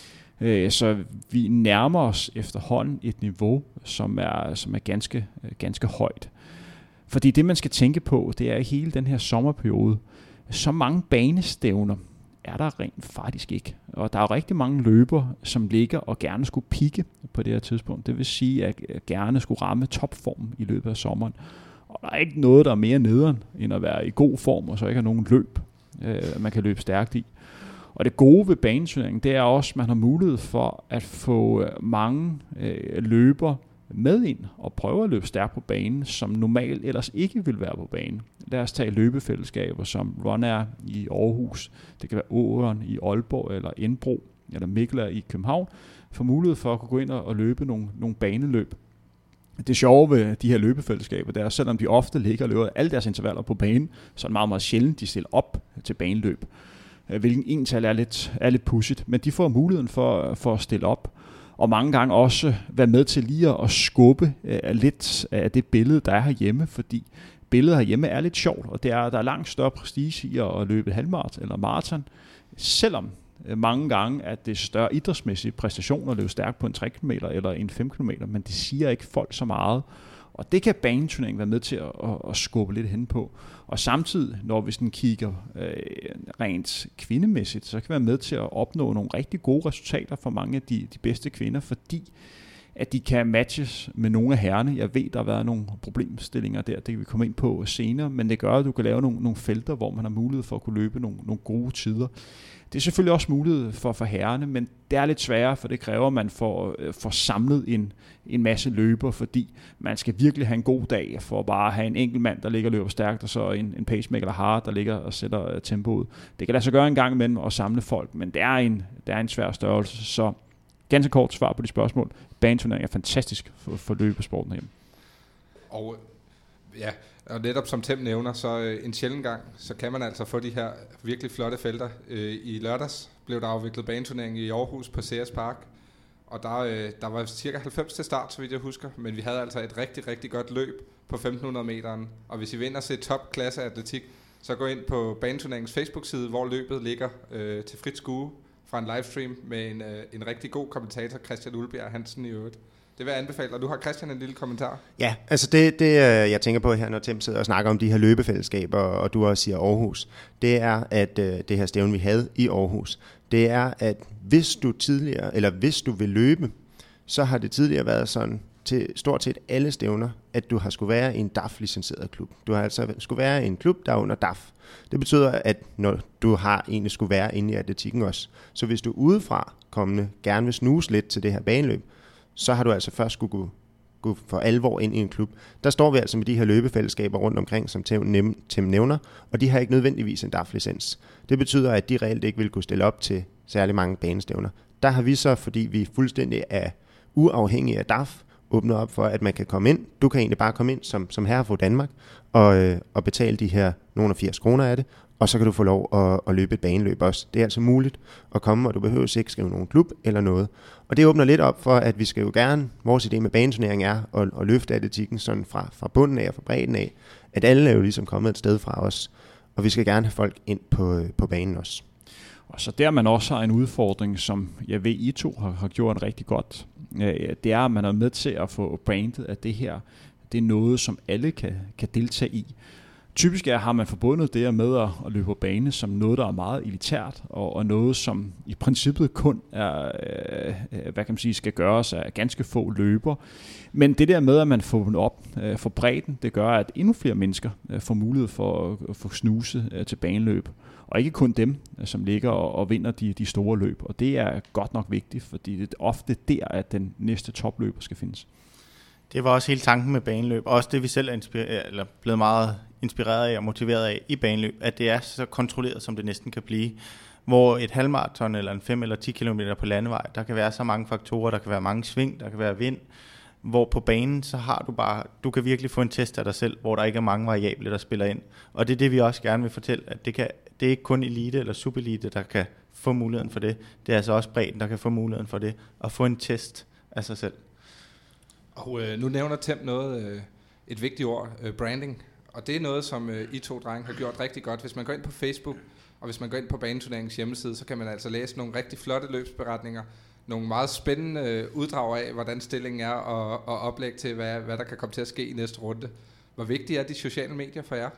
Så vi nærmer os efterhånden et niveau, som er ganske højt. Fordi det, man skal tænke på, det er hele den her sommerperiode. Så mange banestævner er der rent faktisk ikke. Og der er rigtig mange løbere, som ligger og gerne skulle pike på det her tidspunkt. Det vil sige, at gerne skulle ramme topformen i løbet af sommeren. Og der er ikke noget, der er mere nederen, end at være i god form, og så ikke have nogen løb, man kan løbe stærkt i. Og det gode ved baneturneringen, det er også, at man har mulighed for at få mange løbere med ind og prøve at løbe stærkt på banen, som normalt ellers ikke vil være på banen. Lad os tage løbefællesskaber som Runair i Aarhus, det kan være Åren i Aalborg eller Indbro eller Mikler i København, få mulighed for at kunne gå ind og løbe nogle baneløb. Det sjove ved de her løbefællesskaber, det er, selvom de ofte ligger og løber alle deres intervaller på banen, så er det meget, meget sjældent, de stiller op til baneløb. Hvilken ental er lidt pudsigt, men de får muligheden for at stille op, og mange gange også være med til lige at skubbe lidt af det billede, der er herhjemme, fordi billedet herhjemme er lidt sjovt, og der er langt større prestige i at løbe et halvmaraton eller maraton, selvom mange gange at det er større idrætsmæssige præstationer at løbe stærkt på en 3 km eller en 5 km, men det siger ikke folk så meget. Og det kan baneturneringen være med til at skubbe lidt hen på. Og samtidig, når vi sådan kigger rent kvindemæssigt, så kan vi være med til at opnå nogle rigtig gode resultater for mange af de bedste kvinder, fordi at de kan matches med nogle af herrerne. Jeg ved, der har været nogle problemstillinger der, det kan vi komme ind på senere, men det gør, at du kan lave nogle felter, hvor man har mulighed for at kunne løbe nogle gode tider. Det er selvfølgelig også mulighed for herrerne, men det er lidt sværere, for det kræver, at man får samlet en masse løber, fordi man skal virkelig have en god dag for bare at have en enkelt mand, der ligger og løber stærkt, og så en pacemaker eller hard, der ligger og sætter tempoet. Det kan lade sig gøre en gang imellem at samle folk, men det er en svær størrelse. Så ganske kort svar på de spørgsmål. Baneturnering er fantastisk for løbesporten hjemme. Og ja, og netop som Tim nævner, så en sjælden gang, så kan man altså få de her virkelig flotte felter. I lørdags blev der afviklet baneturnering i Aarhus på CS Park, og der var cirka 90 til start, så vidt jeg husker, men vi havde altså et rigtig, rigtig godt løb på 1500 meteren, og hvis I vil ind og se topklasse atletik, så gå ind på baneturneringens Facebook-side, hvor løbet ligger til frit skue fra en livestream med en rigtig god kommentator, Christian Ulbjerg Hansen i øvrigt. Det vil jeg anbefale, og du har Christian en lille kommentar. Ja, altså det jeg tænker på her, når Tim sidder og snakker om de her løbefællesskaber, og du også siger Aarhus, det er, at det her stævne, vi havde i Aarhus, det er, at hvis du vil løbe, så har det tidligere været sådan, til stort set alle stævner, at du har skulle være i en DAF-licenseret klub. Du har altså skulle være i en klub, der er under DAF. Det betyder, at når du har egentlig skulle være inde i atletikken også. Så hvis du udefra kommende gerne vil snuse lidt til det her baneløb, så har du altså først skulle gå for alvor ind i en klub. Der står vi altså med de her løbefællesskaber rundt omkring, som Tim nævner, og de har ikke nødvendigvis en DAF-licens. Det betyder, at de reelt ikke vil kunne stille op til særlig mange banestævner. Der har vi så, fordi vi fuldstændig er uafhængige af DAF, åbnet op for, at man kan komme ind. Du kan egentlig bare komme ind som herre fra Danmark og betale de her nogle 80 kroner af det, og så kan du få lov at løbe et baneløb også. Det er altså muligt at komme, og du behøver ikke skrive nogen klub eller noget. Og det åbner lidt op for, at vi skal jo gerne, vores idé med baneturnering er at løfte atletikken sådan fra bunden af og fra bredden af, at alle er jo ligesom kommet et sted fra os, og vi skal gerne have folk ind på banen også. Og så der man også har en udfordring, som jeg ved, I to har gjort rigtig godt, det er, at man er med til at få brandet, at det her, det er noget, som alle kan deltage i. Typisk har man forbundet det med at løbe på bane som noget, der er meget elitært, og noget, som i princippet kun er, skal gøres af ganske få løber. Men det der med, at man får den op for bredden, det gør, at endnu flere mennesker får mulighed for at få snuse til baneløb. Og ikke kun dem, som ligger og vinder de store løb. Og det er godt nok vigtigt, fordi det er ofte der, at den næste topløber skal findes. Det var også hele tanken med baneløb, også det vi selv er blevet meget inspireret af og motiveret af i baneløb, at det er så kontrolleret, som det næsten kan blive. Hvor et halvmaraton eller en 5 eller 10 km på landevej, der kan være så mange faktorer, der kan være mange sving, der kan være vind, hvor på banen, så har du kan virkelig få en test af dig selv, hvor der ikke er mange variable, der spiller ind. Og det er det, vi også gerne vil fortælle, at det er ikke kun elite eller superelite, der kan få muligheden for det. Det er altså også bredden, der kan få muligheden for det, at få en test af sig selv. Og nu nævner Tim noget, et vigtigt ord, branding. Og det er noget, som I to drenge har gjort rigtig godt. Hvis man går ind på Facebook, og hvis man går ind på Baneturneringens hjemmeside, så kan man altså læse nogle rigtig flotte løbsberetninger, nogle meget spændende uddrag af, hvordan stillingen er, og oplæg til, hvad der kan komme til at ske i næste runde. Hvor vigtige er de sociale medier for jer?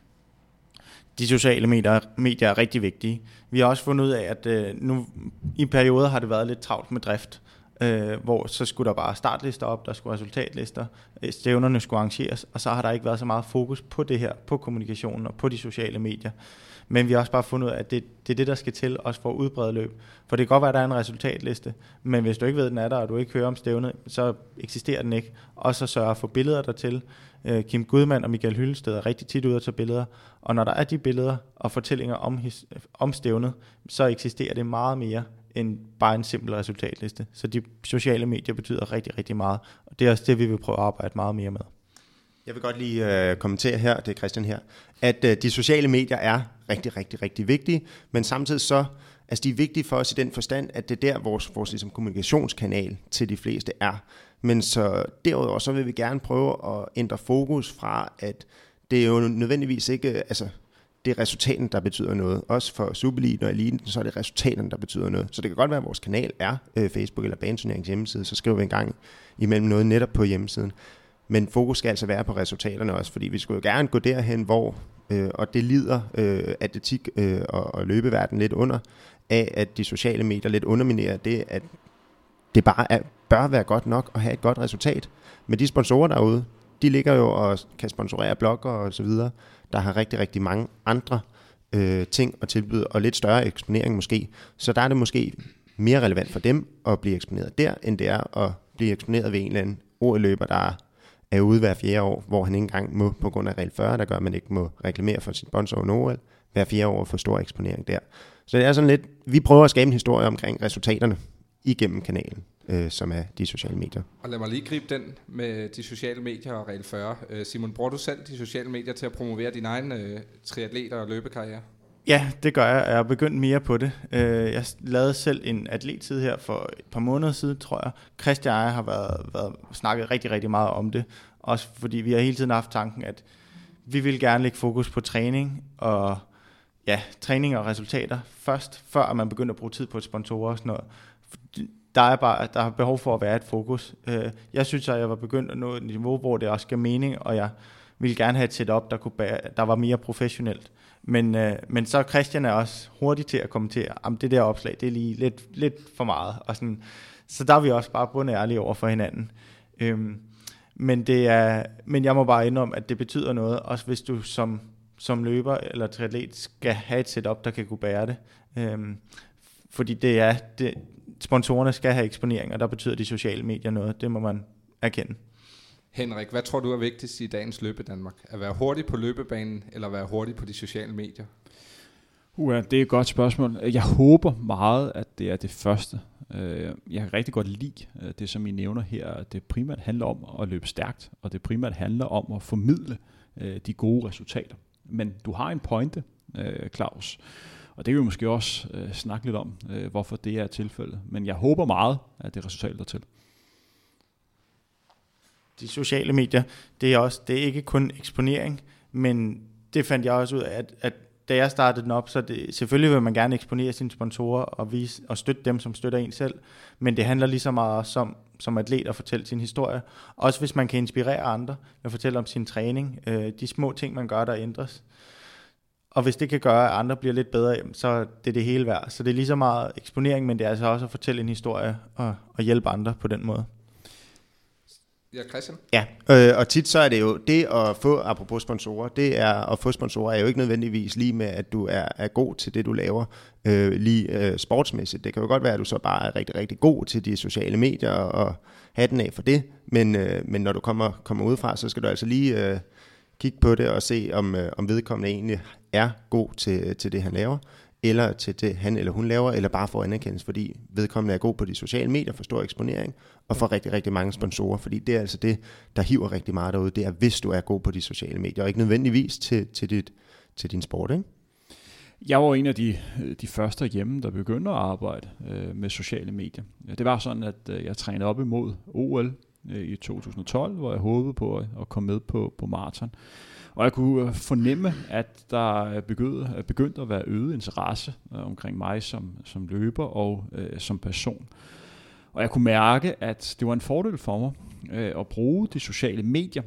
De sociale medier er rigtig vigtige. Vi har også fundet ud af, at nu i perioder har det været lidt travlt med drift, hvor så skulle der bare startlister op, der skulle resultatlister, stævnerne skulle arrangeres, og så har der ikke været så meget fokus på det her, på kommunikationen og på de sociale medier. Men vi har også bare fundet ud af, at det er det, der skal til, også for at udbrede løb. For det kan godt være, at der er en resultatliste, men hvis du ikke ved, at den er der, og du ikke hører om stævnet, så eksisterer den ikke. Og så sørger for billeder dertil. Kim Gudmand og Michael Hyllested er rigtig tit ude at tage billeder. Og når der er de billeder og fortællinger om stævnet, så eksisterer det meget mere end bare en simpel resultatliste. Så de sociale medier betyder rigtig, rigtig meget. Og det er også det, vi vil prøve at arbejde meget mere med. Jeg vil godt lige kommentere her, det er Christian her, at de sociale medier er rigtig, rigtig, rigtig vigtige, men samtidig så, altså de er vigtige for os i den forstand, at det er der vores ligesom kommunikationskanal til de fleste er. Men så derudover, så vil vi gerne prøve at ændre fokus fra, at det er jo nødvendigvis ikke, altså det er resultaten, der betyder noget. Også for Supereliten og Eliten, så er det resultaterne, der betyder noget. Så det kan godt være, at vores kanal er Facebook eller Baneturneringens hjemmeside, så skriver vi en gang imellem noget netop på hjemmesiden. Men fokus skal altså være på resultaterne også, fordi vi skulle jo gerne gå derhen, hvor, og det lider atletik og løbeverden lidt under, af at de sociale medier lidt underminerer det, at det bare bør være godt nok at have et godt resultat. Men de sponsorer derude, de ligger jo og kan sponsorere blogger og så videre, der har rigtig, rigtig mange andre ting at tilbyde, og lidt større eksponering måske. Så der er det måske mere relevant for dem at blive eksponeret der, end det er at blive eksponeret ved en eller anden OL-løber, der er ude hver 4. år, hvor han ikke engang må, på grund af regel 40, der gør, at man ikke må reklamere for sin sponsor under OL, hver 4. år for stor eksponering der. Så det er sådan lidt, vi prøver at skabe en historie omkring resultaterne igennem kanalen, som er de sociale medier. Og lad mig lige gribe den med de sociale medier og regel 40. Simon, bruger du selv de sociale medier til at promovere din egen triatleter og løbekarriere? Ja, det gør jeg. Jeg har begyndt mere på det. Jeg lavede selv en atlettid her for et par måneder siden, tror jeg. Christian og jeg har været snakket rigtig, rigtig meget om det. Også fordi vi har hele tiden haft tanken, at vi vil gerne lægge fokus på træning og resultater først, før man begynder at bruge tid på sponsorer og sådan noget. Der er behov for at være et fokus. Jeg synes, at jeg var begyndt at nå et niveau, hvor det også gav mening, og jeg ville gerne have et setup, der var mere professionelt. Men så Christian er også hurtig til at kommentere, om det der opslag, det er lige lidt for meget. Og sådan, så der er vi også bare bundet ærlige over for hinanden. Men jeg må bare indrømme, at det betyder noget, også hvis du som løber eller triatlet skal have et setup, der kan kunne bære det. Fordi sponsorerne skal have eksponering, og der betyder de sociale medier noget. Det må man erkende. Henrik, hvad tror du er vigtigst i dagens løbe Danmark? At være hurtig på løbebanen, eller være hurtig på de sociale medier? Det er et godt spørgsmål. Jeg håber meget, at det er det første. Jeg kan rigtig godt lide det, som I nævner her, at det primært handler om at løbe stærkt, og det primært handler om at formidle de gode resultater. Men du har en pointe, Claus, og det kan vi måske også snakke lidt om, hvorfor det er tilfældet. Men jeg håber meget, at det er resultater til. De sociale medier, det er ikke kun eksponering, men det fandt jeg også ud af, at da jeg startede den op, så selvfølgelig vil man gerne eksponere sine sponsorer og vise og støtte dem, som støtter en selv, men det handler lige så meget som atlet at fortælle sin historie. Også hvis man kan inspirere andre at fortælle om sin træning, de små ting, man gør, der ændres. Og hvis det kan gøre, at andre bliver lidt bedre, så er det hele værd. Så det er lige så meget eksponering, men det er altså også at fortælle en historie og hjælpe andre på den måde. Ja, Christian? Ja, og tit så er det jo det at få, apropos sponsorer, det er at få sponsorer er jo ikke nødvendigvis lige med, at du er god til det, du laver, lige sportsmæssigt. Det kan jo godt være, at du så bare er rigtig, rigtig god til de sociale medier og hatten af for det, men når du kommer udefra, så skal du altså lige kigge på det og se, om vedkommende egentlig er god til det, han laver, eller til det, han eller hun laver, eller bare får anerkendelse, fordi vedkommende er god på de sociale medier, for stor eksponering, og får rigtig, rigtig mange sponsorer, fordi det er altså det, der hiver rigtig meget derude, det er, hvis du er god på de sociale medier, og ikke nødvendigvis til din sport, ikke? Jeg var en af de første hjemme, der begyndte at arbejde med sociale medier. Det var sådan, at jeg trænede op imod OL i 2012, hvor jeg håbede på at komme med på maraton. Og jeg kunne fornemme, at der begyndte at være øget interesse omkring mig som løber og som person. Og jeg kunne mærke, at det var en fordel for mig at bruge de sociale medier,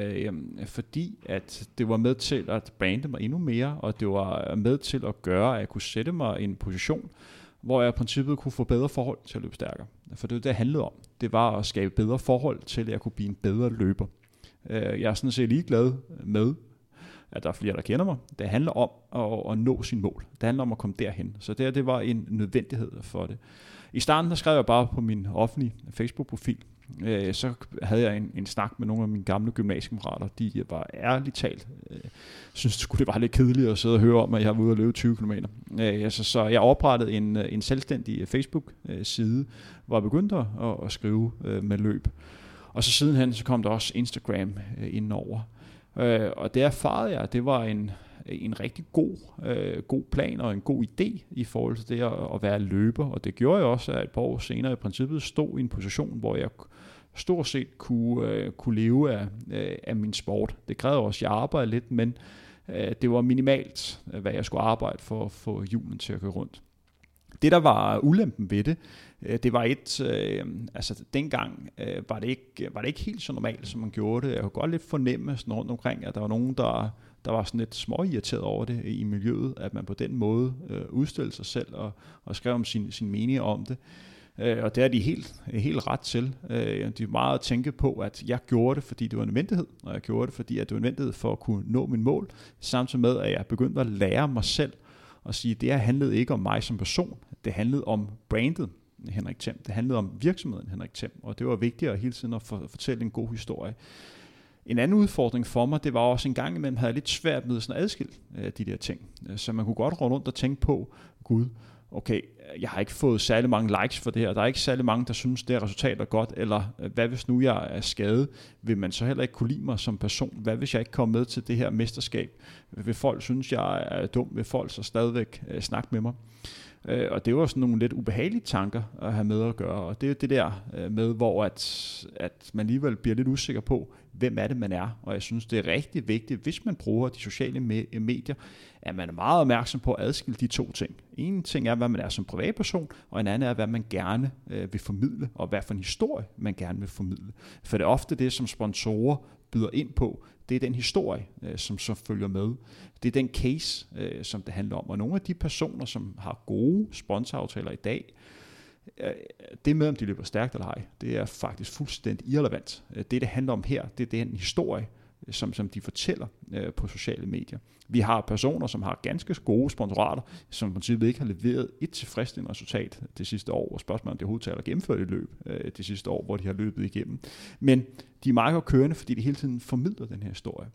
fordi at det var med til at brande mig endnu mere, og det var med til at gøre, at jeg kunne sætte mig i en position, hvor jeg i princippet kunne få bedre forhold til at løbe stærkere. For det var det, det handlede om. Det var at skabe bedre forhold til, at jeg kunne blive en bedre løber. Jeg er sådan set ligeglad med, at der er flere, der kender mig. Det handler om at nå sin mål. Det handler om at komme derhen. Så det var en nødvendighed for det. I starten der skrev jeg bare på min offentlige Facebook-profil. Så havde jeg en snak med nogle af mine gamle gymnasiekammerater. De var ærligt talt. Synes det var lidt kedeligt at sidde og høre om, at jeg var ude at løbe 20 km. Så jeg oprettede en selvstændig Facebook-side, hvor jeg begyndte at skrive med løb. Og så sidenhen så kom der også Instagram indenover. Og det erfarede jeg, det var en rigtig god plan og en god idé i forhold til det at være løber. Og det gjorde jeg også, at et par år senere i princippet stod i en position, hvor jeg stort set kunne leve af min sport. Det krævede også, at jeg arbejdede lidt, men det var minimalt, hvad jeg skulle arbejde for at få hjulene til at køre rundt. Det, der var ulempen ved det var dengang var det ikke helt så normalt, som man gjorde det. Jeg kunne godt lidt fornemme sådan rundt omkring, at der var nogen, der var sådan lidt småirriteret over det i miljøet, at man på den måde udstillede sig selv og skrev om sin mening om det. Og det er de helt ret til. De er meget at tænke på, at jeg gjorde det, fordi det var en nødvendighed, og jeg gjorde det, fordi at det var en nødvendighed for at kunne nå min mål, samtidig med, at jeg begyndte at lære mig selv og sige, at det her handlede ikke om mig som person, det handlede om brandet Henrik Them, det handlede om virksomheden Henrik Them, og det var vigtigt at hele tiden at fortælle en god historie. En anden udfordring for mig, det var også en gang imellem, havde jeg lidt svært med sådan at adskille de der ting, så man kunne godt rundt og tænke på, gud, okay, jeg har ikke fået særlig mange likes for det her, der er ikke særlig mange, der synes, det her resultat er godt, eller hvad hvis nu jeg er skadet, vil man så heller ikke kunne lide mig som person? Hvad hvis jeg ikke kommer med til det her mesterskab? Vil folk synes, jeg er dum? Vil folk så stadigvæk snakke med mig? Og det var sådan nogle lidt ubehagelige tanker at have med at gøre, og det er det der med, hvor at man alligevel bliver lidt usikker på, hvem er det, man er. Og jeg synes, det er rigtig vigtigt, hvis man bruger de sociale medier, at man er meget opmærksom på at adskille de to ting. En ting er, hvad man er som privatperson, og en anden er, hvad man gerne vil formidle, og hvad for en historie man gerne vil formidle. For det er ofte det, som sponsorer byder ind på, det er den historie, som så følger med. Det er den case, som det handler om. Og nogle af de personer, som har gode sponsoraftaler i dag, det med, om de løber stærkt eller ej, det er faktisk fuldstændig irrelevant. Det handler om her, det er den historie, som de fortæller på sociale medier. Vi har personer, som har ganske gode sponsorater, som i princippet ikke har leveret et tilfredsstillende resultat det sidste år, og spørgsmålet om det overhovedet har gennemført et løb det sidste år, hvor de har løbet igennem. Men de er meget godt kørende, fordi de hele tiden formidler den her historie.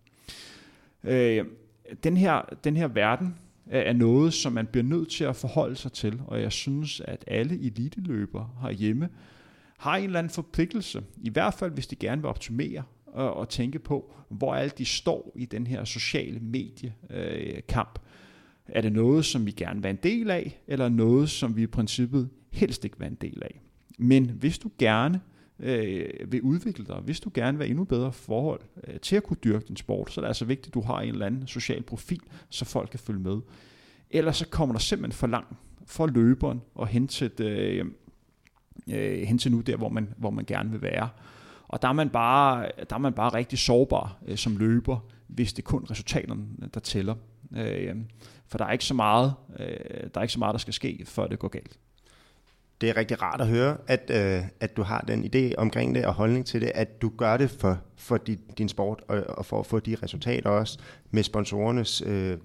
Den her verden er noget, som man bliver nødt til at forholde sig til, og jeg synes, at alle eliteløbere herhjemme har en eller anden forpligtelse, i hvert fald hvis de gerne vil optimere, og tænke på, hvor alle de står i den her sociale mediekamp. Er det noget, som vi gerne vil være en del af, eller noget, som vi i princippet helst ikke vil være en del af? Men hvis du gerne vil udvikle dig, hvis du gerne vil have endnu bedre forhold til at kunne dyrke din sport, så er det altså vigtigt, at du har en eller anden social profil, så folk kan følge med. Ellers så kommer der simpelthen for langt for løberen og hen til nu der, hvor man gerne vil være. Og der er man bare rigtig sårbar som løber, hvis det er kun resultaterne, der tæller. For der er ikke så meget, der skal ske, før det går galt. Det er rigtig rart at høre, at du har den idé omkring det og holdning til det, at du gør det for din sport og for at få de resultater også med sponsorernes,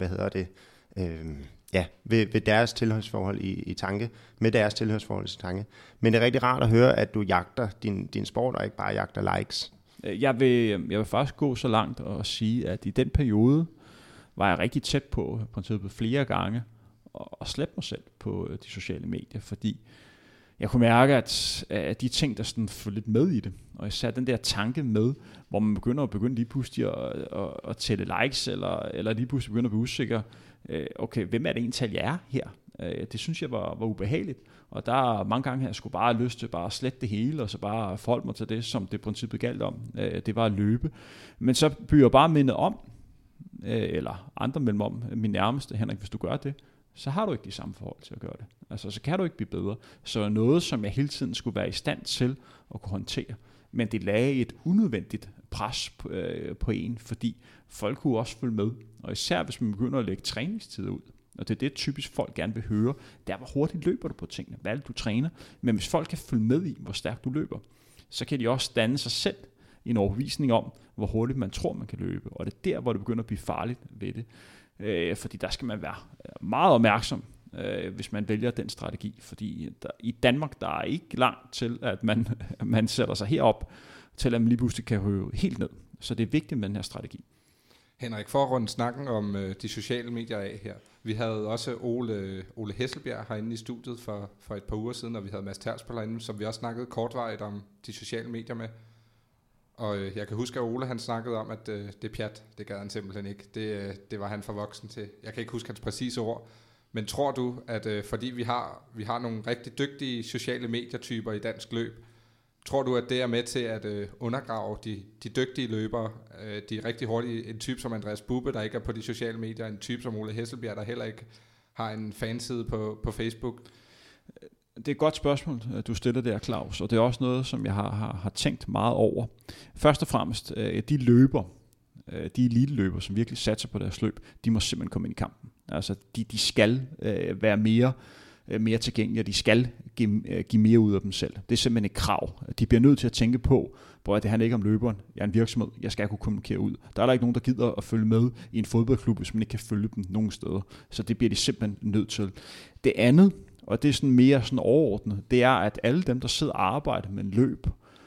ved deres tilhørsforhold i tanke, med deres tilhørsforhold i tanke. Men det er rigtig rart at høre, at du jagter din sport og ikke bare jagter likes. Jeg vil faktisk gå så langt og sige, at i den periode var jeg rigtig tæt på princippet flere gange og slette mig selv på de sociale medier, fordi jeg kunne mærke, at de ting, der sådan følger lidt med i det, og især den der tanke med, hvor man begynder lige pludselig at tælle likes, eller lige pludselig begynder at blive usikker, okay, hvem er det egentlig, jeg er her? Det synes jeg var ubehageligt, og der er mange gange, jeg skulle bare have lyst til bare at slette det hele, og så bare forholde mig til det, som det princippet galt om. Det var at løbe. Men så bliver jeg bare mindet om, eller andre mellem om, min nærmeste, Henrik, hvis du gør det, så har du ikke de samme forhold til at gøre det. Altså, så kan du ikke blive bedre. Så noget, som jeg hele tiden skulle være i stand til at kunne håndtere. Men det lagde et unødvendigt pres på en, fordi folk kunne også følge med. Og især hvis man begynder at lægge træningstider ud. Og det er det typisk folk gerne vil høre. Der hvor hurtigt løber du på tingene. Hvad er det, du træner? Men hvis folk kan følge med i, hvor stærkt du løber, så kan de også danne sig selv i en overbevisning om, hvor hurtigt man tror, man kan løbe. Og det er der, hvor det begynder at blive farligt ved det. Fordi der skal man være meget opmærksom, hvis man vælger den strategi. Fordi i Danmark, der er ikke langt til, at man sætter sig herop, til at man lige pludselig kan høre helt ned. Så det er vigtigt med den her strategi. Henrik, for at runde snakken om de sociale medier af her. Vi havde også Ole Hesselbjerg herinde i studiet for et par uger siden, og vi havde Mads Tersbøl herinde, som vi også snakkede kortvarigt om de sociale medier med. Og jeg kan huske, at Ole han snakkede om, at det pjat, det gad han simpelthen ikke. Det var han for voksen til. Jeg kan ikke huske hans præcise ord. Men tror du, at fordi vi har nogle rigtig dygtige sociale medietyper i dansk løb, tror du, at det er med til at undergrave de dygtige løbere, de er rigtig hurtige, en type som Andreas Bubbe, der ikke er på de sociale medier, en type som Ole Hesselbjerg, der heller ikke har en fanside på Facebook? Det er et godt spørgsmål, du stiller der, Claus, og det er også noget, som jeg har tænkt meget over. Først og fremmest, de løber, de eliteløbere, som virkelig satser på deres løb, de må simpelthen komme ind i kampen. Altså, de skal være mere tilgængelige, og de skal give mere ud af dem selv. Det er simpelthen et krav. De bliver nødt til at tænke på, hvor det handler ikke om løberen. Jeg er en virksomhed, jeg skal kunne kommunikere ud. Der er der ikke nogen, der gider at følge med i en fodboldklub, hvis man ikke kan følge dem nogen steder. Så det bliver de simpelthen nødt til. Det andet, og det er sådan mere sådan overordnet, det er, at alle dem, der sidder og arbejder med en løb,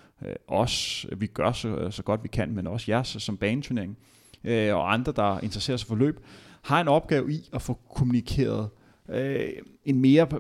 også, vi gør så godt vi kan, men også jeres som baneturnering, og andre, der interesserer sig for løb, har en opgave i at få kommunikeret en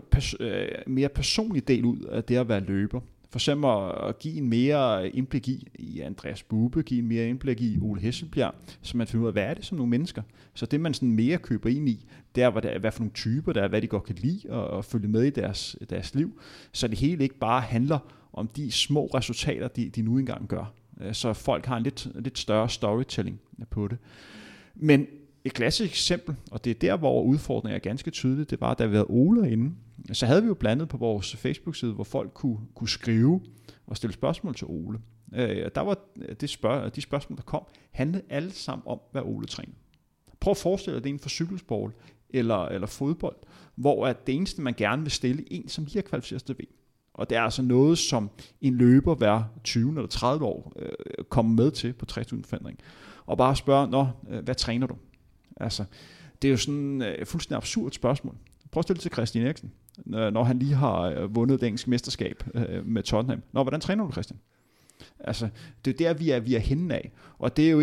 mere personlig del ud af det at være løber. For eksempel at give en mere indblik i Andreas Bubbe, give en mere indblik i Ole Hesselbjerg, så man finder ud af, hvad er det som nogle mennesker. Så det man sådan mere køber ind i, det er, hvad for nogle typer der er, hvad de godt kan lide og følge med i deres liv. Så det hele ikke bare handler om de små resultater, de nu engang gør. Så folk har en lidt større storytelling på det. Men et klassisk eksempel, og det er der, hvor udfordringen er ganske tydeligt, det var, da vi havde Ole inde, så havde vi jo blandet på vores Facebook-side, hvor folk kunne skrive og stille spørgsmål til Ole. Der var de spørgsmål, der kom, handlede alle sammen om, hvad Ole træner. Prøv at forestille dig, det er en for cykelsport eller fodbold, hvor det eneste, man gerne vil stille, en, som lige har kvalificeret til VM. Og det er altså noget, som en løber hver 20 eller 30 år kommer med til på 60.000 forandring. Og bare spørge, hvad træner du? Altså, det er jo sådan et fuldstændig absurd spørgsmål. Prøv at stille til Christian Eriksen, når han lige har vundet det engelske mesterskab med Tottenham. Hvordan træner du, Christian? Altså, det er der, vi er henne af. Og det er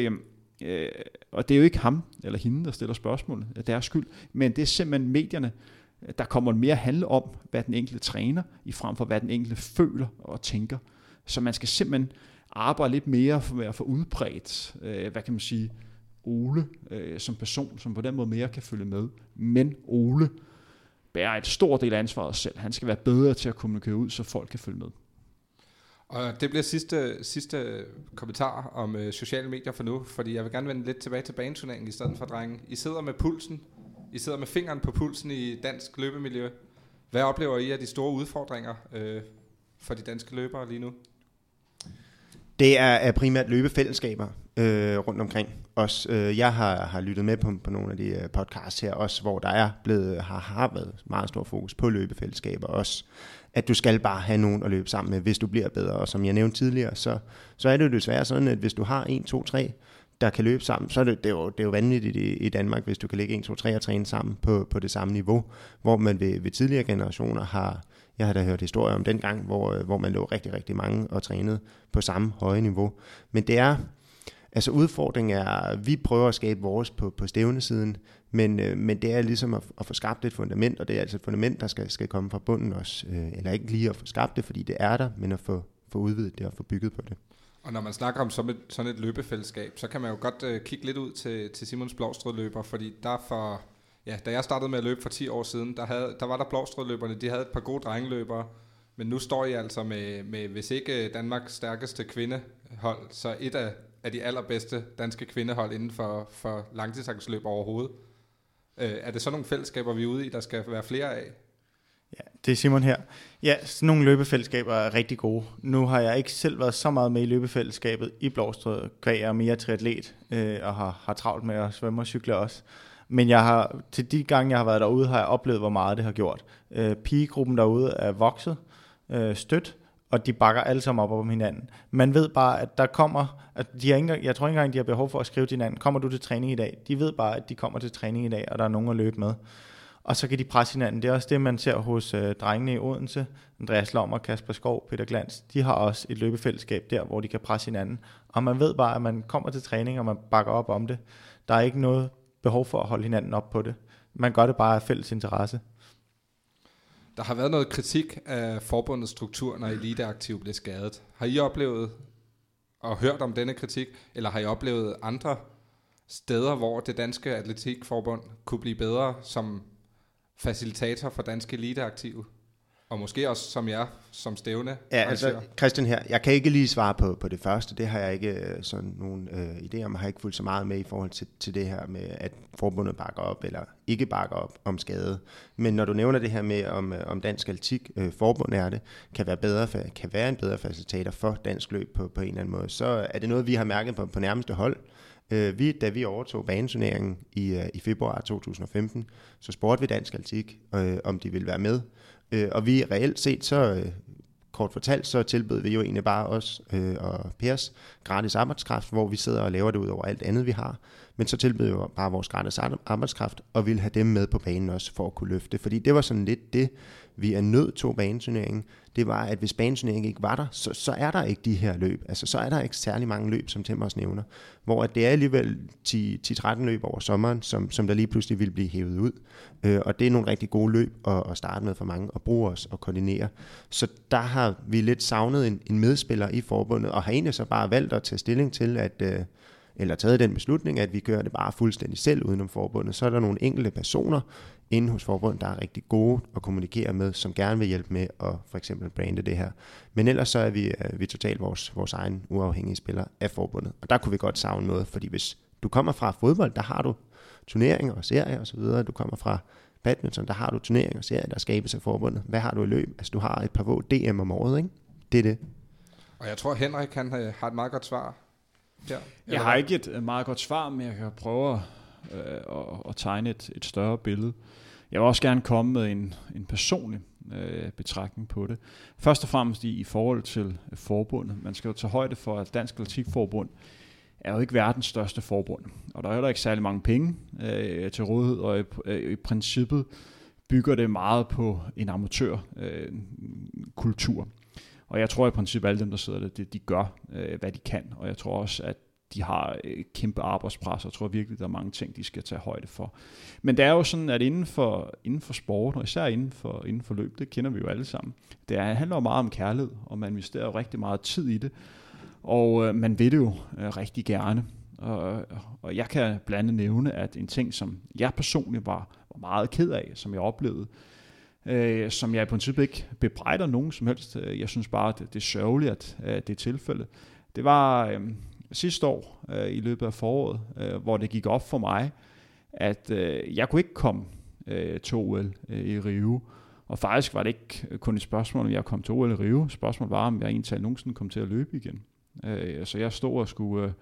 jo ikke ham eller hende, der stiller spørgsmål af deres skyld, men det er simpelthen medierne, der kommer mere at handle om, hvad den enkelte træner, i frem for hvad den enkelte føler og tænker. Så man skal simpelthen arbejde lidt mere for at få udbredt, hvad kan man sige, Ole som person, som på den måde mere kan følge med. Men Ole bærer et stort del af ansvaret selv. Han skal være bedre til at kommunikere ud, så folk kan følge med. Og det bliver sidste kommentar om sociale medier for nu, fordi jeg vil gerne vende lidt tilbage til baneturneringen i stedet for, drenge. I sidder med pulsen. I sidder med fingeren på pulsen i dansk løbemiljø. Hvad oplever I af de store udfordringer for de danske løbere lige nu? Det er primært løbefællesskaber rundt omkring os. Jeg har lyttet med på nogle af de podcasts her også, hvor der har været meget stor fokus på løbefællesskaber også. at du skal bare have nogen at løbe sammen med, hvis du bliver bedre. Og som jeg nævnte tidligere, så er det jo desværre sådan, at hvis du har 1, 2, 3, der kan løbe sammen, så er det er jo vanvittigt i Danmark, hvis du kan lægge 1, 2, 3 og træne sammen på det samme niveau, hvor man ved tidligere generationer jeg har da hørt historier om den gang, hvor man lå rigtig, rigtig mange og trænede på samme høje niveau. Men det er, altså udfordringen er, vi prøver at skabe vores på stævnesiden, men det er ligesom at få skabt et fundament, og det er altså et fundament, der skal komme fra bunden også, eller ikke lige at få skabt det, fordi det er der, men at få udvidet det og få bygget på det. Og når man snakker om sådan et løbefællesskab, så kan man jo godt kigge lidt ud til Simons Blovstrød-løber, fordi da jeg startede med at løbe for 10 år siden, der var der Blovstrød-løberne, de havde et par gode drengeløbere, men nu står I altså med hvis ikke Danmarks stærkeste kvindehold, så et af de allerbedste danske kvindehold inden for langdistanceløb overhovedet. Er det sådan nogle fællesskaber, vi er ude i, der skal være flere af? Ja, det er Simon her. Ja, sådan nogle løbefællesskaber er rigtig gode. Nu har jeg ikke selv været så meget med i løbefællesskabet i Blovstrød, kvæg jeg er mere triatlet og har travlt med at svømme og cykle også. Men til de gange, jeg har været derude, har jeg oplevet, hvor meget det har gjort. Pigegruppen derude er vokset stødt, og de bakker alle sammen op om hinanden. Man ved bare, at der kommer, at jeg tror ikke engang, de har behov for at skrive til hinanden, kommer du til træning i dag? De ved bare, at de kommer til træning i dag, og der er nogen at løbe med. Og så kan de presse hinanden. Det er også det, man ser hos drengene i Odense. Andreas Lommer, Kasper Skov, Peter Glans. De har også et løbefællesskab der, hvor de kan presse hinanden. Og man ved bare, at man kommer til træning, og man bakker op om det. Der er ikke noget behov for at holde hinanden op på det. Man gør det bare af fælles interesse. Der har været noget kritik af forbundets struktur, når eliteaktive blev skadet. Har I oplevet og hørt om denne kritik, eller har I oplevet andre steder, hvor det danske atletikforbund kunne blive bedre som facilitator for danske eliteaktive? Og måske også som jer, som stævne. Ja, altså Christian her, jeg kan ikke lige svare på det første. Det har jeg ikke sådan nogen idéer om. Jeg har ikke fulgt så meget med i forhold til det her med, at forbundet bakker op eller ikke bakker op om skade. Men når du nævner det her med, om dansk atletik forbund er det, kan være en bedre facilitator for dansk løb på en eller anden måde, så er det noget, vi har mærket på nærmeste hold. Da vi overtog baneturneringen i februar 2015, så spurgte vi dansk atletik, om de ville være med. Og vi reelt set, så kort fortalt, så tilbød vi jo egentlig bare os og Pers gratis arbejdskraft, hvor vi sidder og laver det ud over alt andet, vi har. Men så tilbød vi jo bare vores gratis arbejdskraft, og ville have dem med på banen også, for at kunne løfte. Fordi det var sådan lidt det, vi er nødt til baneturneringen. Det var, at hvis baneturneringen ikke var der, så er der ikke de her løb. Altså, så er der ikke særlig mange løb, som Tim også nævner. Hvor det er alligevel 10-13 løb over sommeren, som der lige pludselig vil blive hævet ud. Og det er nogle rigtig gode løb at starte med for mange, og bruge os og koordinere. Så der har vi lidt savnet en medspiller i forbundet, og har egentlig så bare valgt at tage stilling til, eller taget den beslutning, at vi gør det bare fuldstændig selv udenom forbundet. Så er der nogle enkelte personer inde hos forbundet, der er rigtig gode at kommunikere med, som gerne vil hjælpe med at for eksempel brande det her. Men ellers så er vi totalt vores egen uafhængige spiller af forbundet. Og der kunne vi godt savne noget, fordi hvis du kommer fra fodbold, der har du turneringer og serier osv. Du kommer fra badminton, der har du turneringer og serier, der skabes af forbundet. Hvad har du i løb? Altså du har et par DM om året, ikke? Det er det. Og jeg tror, Henrik har et meget godt svar. Ja. Jeg har ikke et meget godt svar, men jeg kan prøve at tegne et større billede. Jeg vil også gerne komme med en personlig betragtning på det. Først og fremmest i forhold til forbundet. Man skal jo tage højde for, at Dansk Atletikforbund er jo ikke verdens største forbund. Og der er heller ikke særlig mange penge til rådighed, og i princippet bygger det meget på en amatørkultur. Og jeg tror i princippet, at alle dem, der sidder der, de gør, hvad de kan. Og jeg tror også, at de har kæmpe arbejdspres, og jeg tror virkelig, der er mange ting, de skal tage højde for. Men det er jo sådan, at inden for sport, og især inden for løb, det kender vi jo alle sammen, det handler jo meget om kærlighed, og man investerer jo rigtig meget tid i det, og man vil det jo rigtig gerne. Og jeg kan blandt andet nævne, at en ting, som jeg personligt var meget ked af, som jeg oplevede, som jeg i princippet ikke bebrejder nogen som helst. Jeg synes bare, at det er sørgeligt, at det er tilfældet. Det var sidste år i løbet af foråret, hvor det gik op for mig, at jeg kunne ikke komme til OL i Rio. Og faktisk var det ikke kun et spørgsmål, om jeg kom til OL i Rio. Spørgsmålet var, om jeg egentlig nogensinde kom til at løbe igen. Så jeg stod og skulle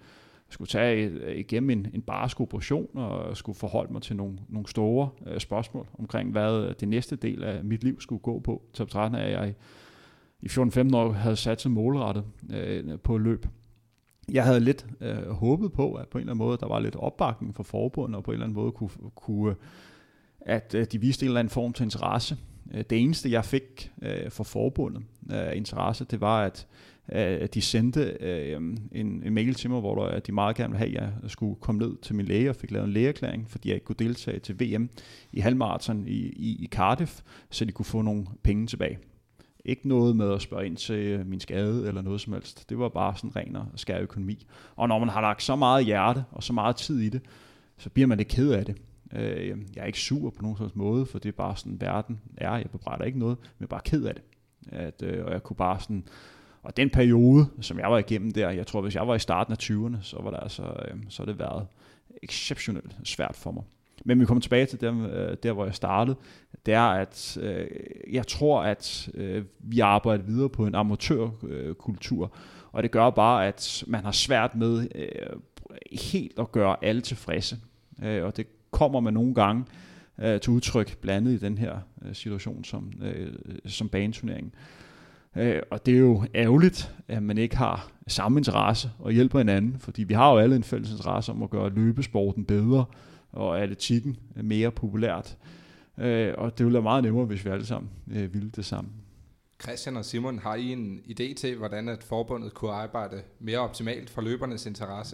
skulle tage igennem en barsk operation og skulle forholde mig til nogle store spørgsmål omkring, hvad det næste del af mit liv skulle gå på. Til betragtning af, at jeg i 14-15 år havde sat sig målrettet på løb. Jeg havde lidt håbet på, at på en eller anden måde, der var lidt opbakning fra forbundet, og på en eller anden måde kunne at de viste en eller anden form til interesse. Det eneste, jeg fik fra forbundet interesse, det var, at de sendte en mail til mig, hvor de meget gerne ville have, at jeg skulle komme ned til min læge og fik lavet en lægeerklæring, fordi jeg ikke kunne deltage til VM i halvmarathon i Cardiff, så de kunne få nogle penge tilbage. Ikke noget med at spørge ind til min skade eller noget som helst. Det var bare sådan ren og skær økonomi. Og når man har lagt så meget hjerte og så meget tid i det, så bliver man lidt ked af det. Jeg er ikke sur på nogen slags måde, for det er bare sådan, verden er. Jeg bebrejder ikke noget, men jeg er bare ked af det. Og jeg kunne bare sådan... Og den periode, som jeg var igennem der, jeg tror, hvis jeg var i starten af 20'erne, så var det altså, så det været exceptionelt svært for mig. Men vi kommer tilbage til der hvor jeg startede. Det er, at jeg tror, at vi arbejder videre på en amatørkultur, og det gør bare, at man har svært med helt at gøre alle tilfredse. Og det kommer man nogle gange til udtryk blandet i den her situation som baneturnering. Og det er jo ærgerligt, at man ikke har samme interesse og hjælper hinanden, fordi vi har jo alle en fælles interesse om at gøre løbesporten bedre og atletikken mere populært. Og det ville være meget nemmere, hvis vi alle sammen ville det samme. Christian og Simon, har I en idé til, hvordan at forbundet kunne arbejde mere optimalt for løbernes interesse?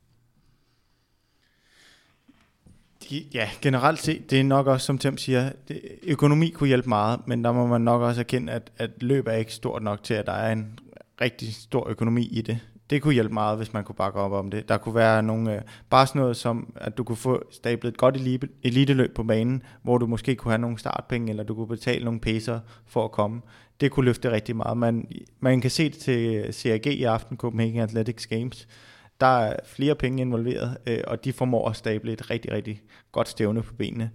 Ja, generelt set, det er nok også, som Tim siger, økonomi kunne hjælpe meget, men der må man nok også erkende, at løb er ikke stort nok til, at der er en rigtig stor økonomi i det. Det kunne hjælpe meget, hvis man kunne bakke op om det. Der kunne være nogle, bare sådan noget som, at du kunne få stablet et godt eliteløb på banen, hvor du måske kunne have nogle startpenge, eller du kunne betale nogle peser for at komme. Det kunne løfte rigtig meget. Man kan se det til CAG i aften, Copenhagen Athletics Games. Der er flere penge involveret, og de formår at stable et rigtig, rigtig godt stævne på benene.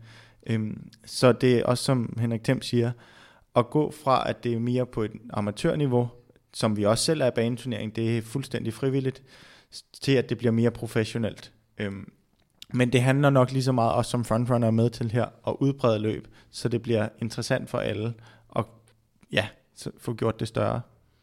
Så det er også, som Henrik Thiem siger, at gå fra, at det er mere på et amatørniveau, som vi også selv er i baneturnering, det er fuldstændig frivilligt, til at det bliver mere professionelt. Men det handler nok lige så meget, også som frontrunner er med til her, at udbrede løb, så det bliver interessant for alle, og ja, så få gjort det større.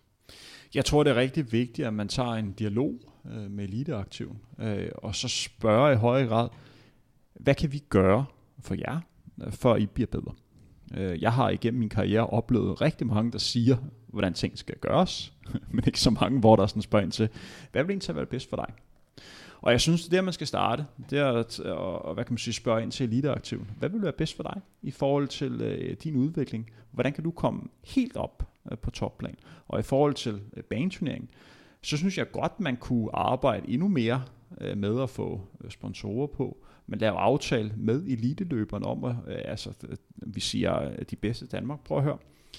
Jeg tror, det er rigtig vigtigt, at man tager en dialog med eliteaktiven, og så spørger i højere grad, hvad kan vi gøre for jer, for I bliver bedre? Jeg har igennem min karriere oplevet rigtig mange, der siger, hvordan ting skal gøres, men ikke så mange, hvor der sådan spørger ind til, hvad vil egentlig være bedst for dig? Og jeg synes, det er der, man skal starte, det er at hvad kan man sige, spørge ind til eliteaktiven. Hvad vil være bedst for dig i forhold til din udvikling? Hvordan kan du komme helt op på topplan? Og i forhold til baneturnering, så synes jeg godt, man kunne arbejde endnu mere med at få sponsorer på, men lave aftale med eliteløberne om, vi siger de bedste i Danmark. Prøv at høre.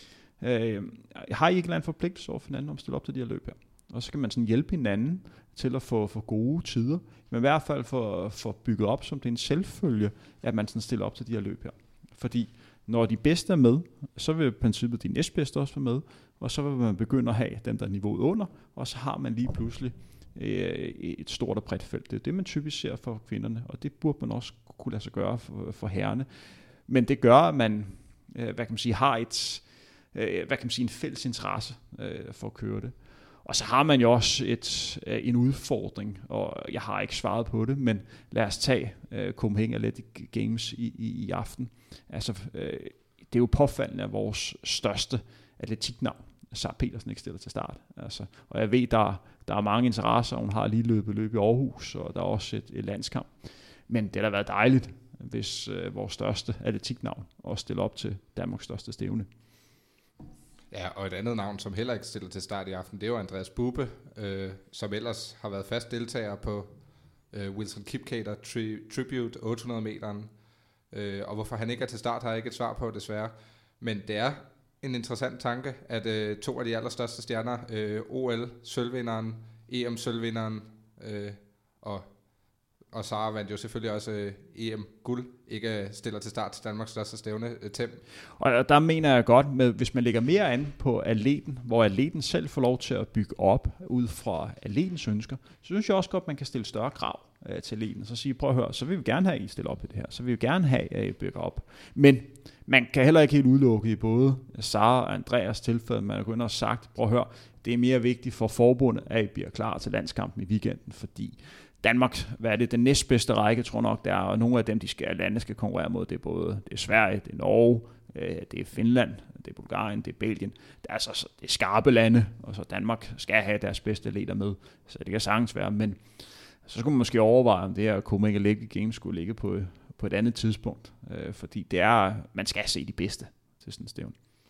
Har I ikke en eller anden forpligtelse over for hinanden om at stille op til de her løb her? Og så kan man sådan hjælpe hinanden til at få gode tider, men i hvert fald få bygget op, som det er en selvfølge, at man sådan stiller op til de her løb her. Fordi når de bedste er med, så vil i princippet de næstbedste også være med, og så vil man begynde at have dem, der er niveauet under, og så har man lige pludselig et stort og bredt felt. Det er det, man typisk ser for kvinderne, og det burde man også kunne lade sig gøre for herrerne. Men det gør, at man har en fælles interesse for at køre det. Og så har man jo også en udfordring, og jeg har ikke svaret på det, men lad os tage Copenhagen Athletics Games i aften. Altså, det er jo påfaldende, at vores største atletiknavn, Sara Petersen, ikke stiller til start. Altså, og jeg ved, der er mange interesser, hun har lige løb i Aarhus, og der er også et landskamp. Men det har da været dejligt, hvis vores største atletiknavn også stiller op til Danmarks største stævne. Ja, og et andet navn, som heller ikke stiller til start i aften, det er jo Andreas Bubbe, som ellers har været fast deltager på Wilson Kipketer Tribute 800 meteren. Og hvorfor han ikke er til start, har jeg ikke et svar på, desværre. Men det er en interessant tanke, at to af de allerstørste stjerner, OL-sølvvinderen, EM-sølvvinderen og og Sara vandt jo selvfølgelig også EM-guld, ikke stiller til start til Danmarks største stævne, Tem. Og der mener jeg godt, med, hvis man lægger mere an på atleten, hvor atleten selv får lov til at bygge op ud fra atletens ønsker, så synes jeg også godt, man kan stille større krav til atleten, og så sige, prøv at høre, så vil vi gerne have, at I stiller op i det her, så vil vi gerne have, at I bygger op. Men man kan heller ikke helt udelukke i både Sara og Andreas tilfælde, man har gået ind og sagt, prøv at høre, det er mere vigtigt for forbundet, at I bliver klar til landskampen i weekenden, fordi Danmark, hvad er det, den næstbedste række, tror jeg nok, der er, og nogle af dem, lande skal konkurrere mod, det er Sverige, det er Norge, det er Finland, det er Bulgarien, det er Belgien. Det er altså det er skarpe lande, og så Danmark skal have deres bedste atleter med, så det kan sagtens være, men så skulle man måske overveje, om det her Copenhagen Olympic Games skulle ligge på et andet tidspunkt, fordi man skal se de bedste til sådan en stævne.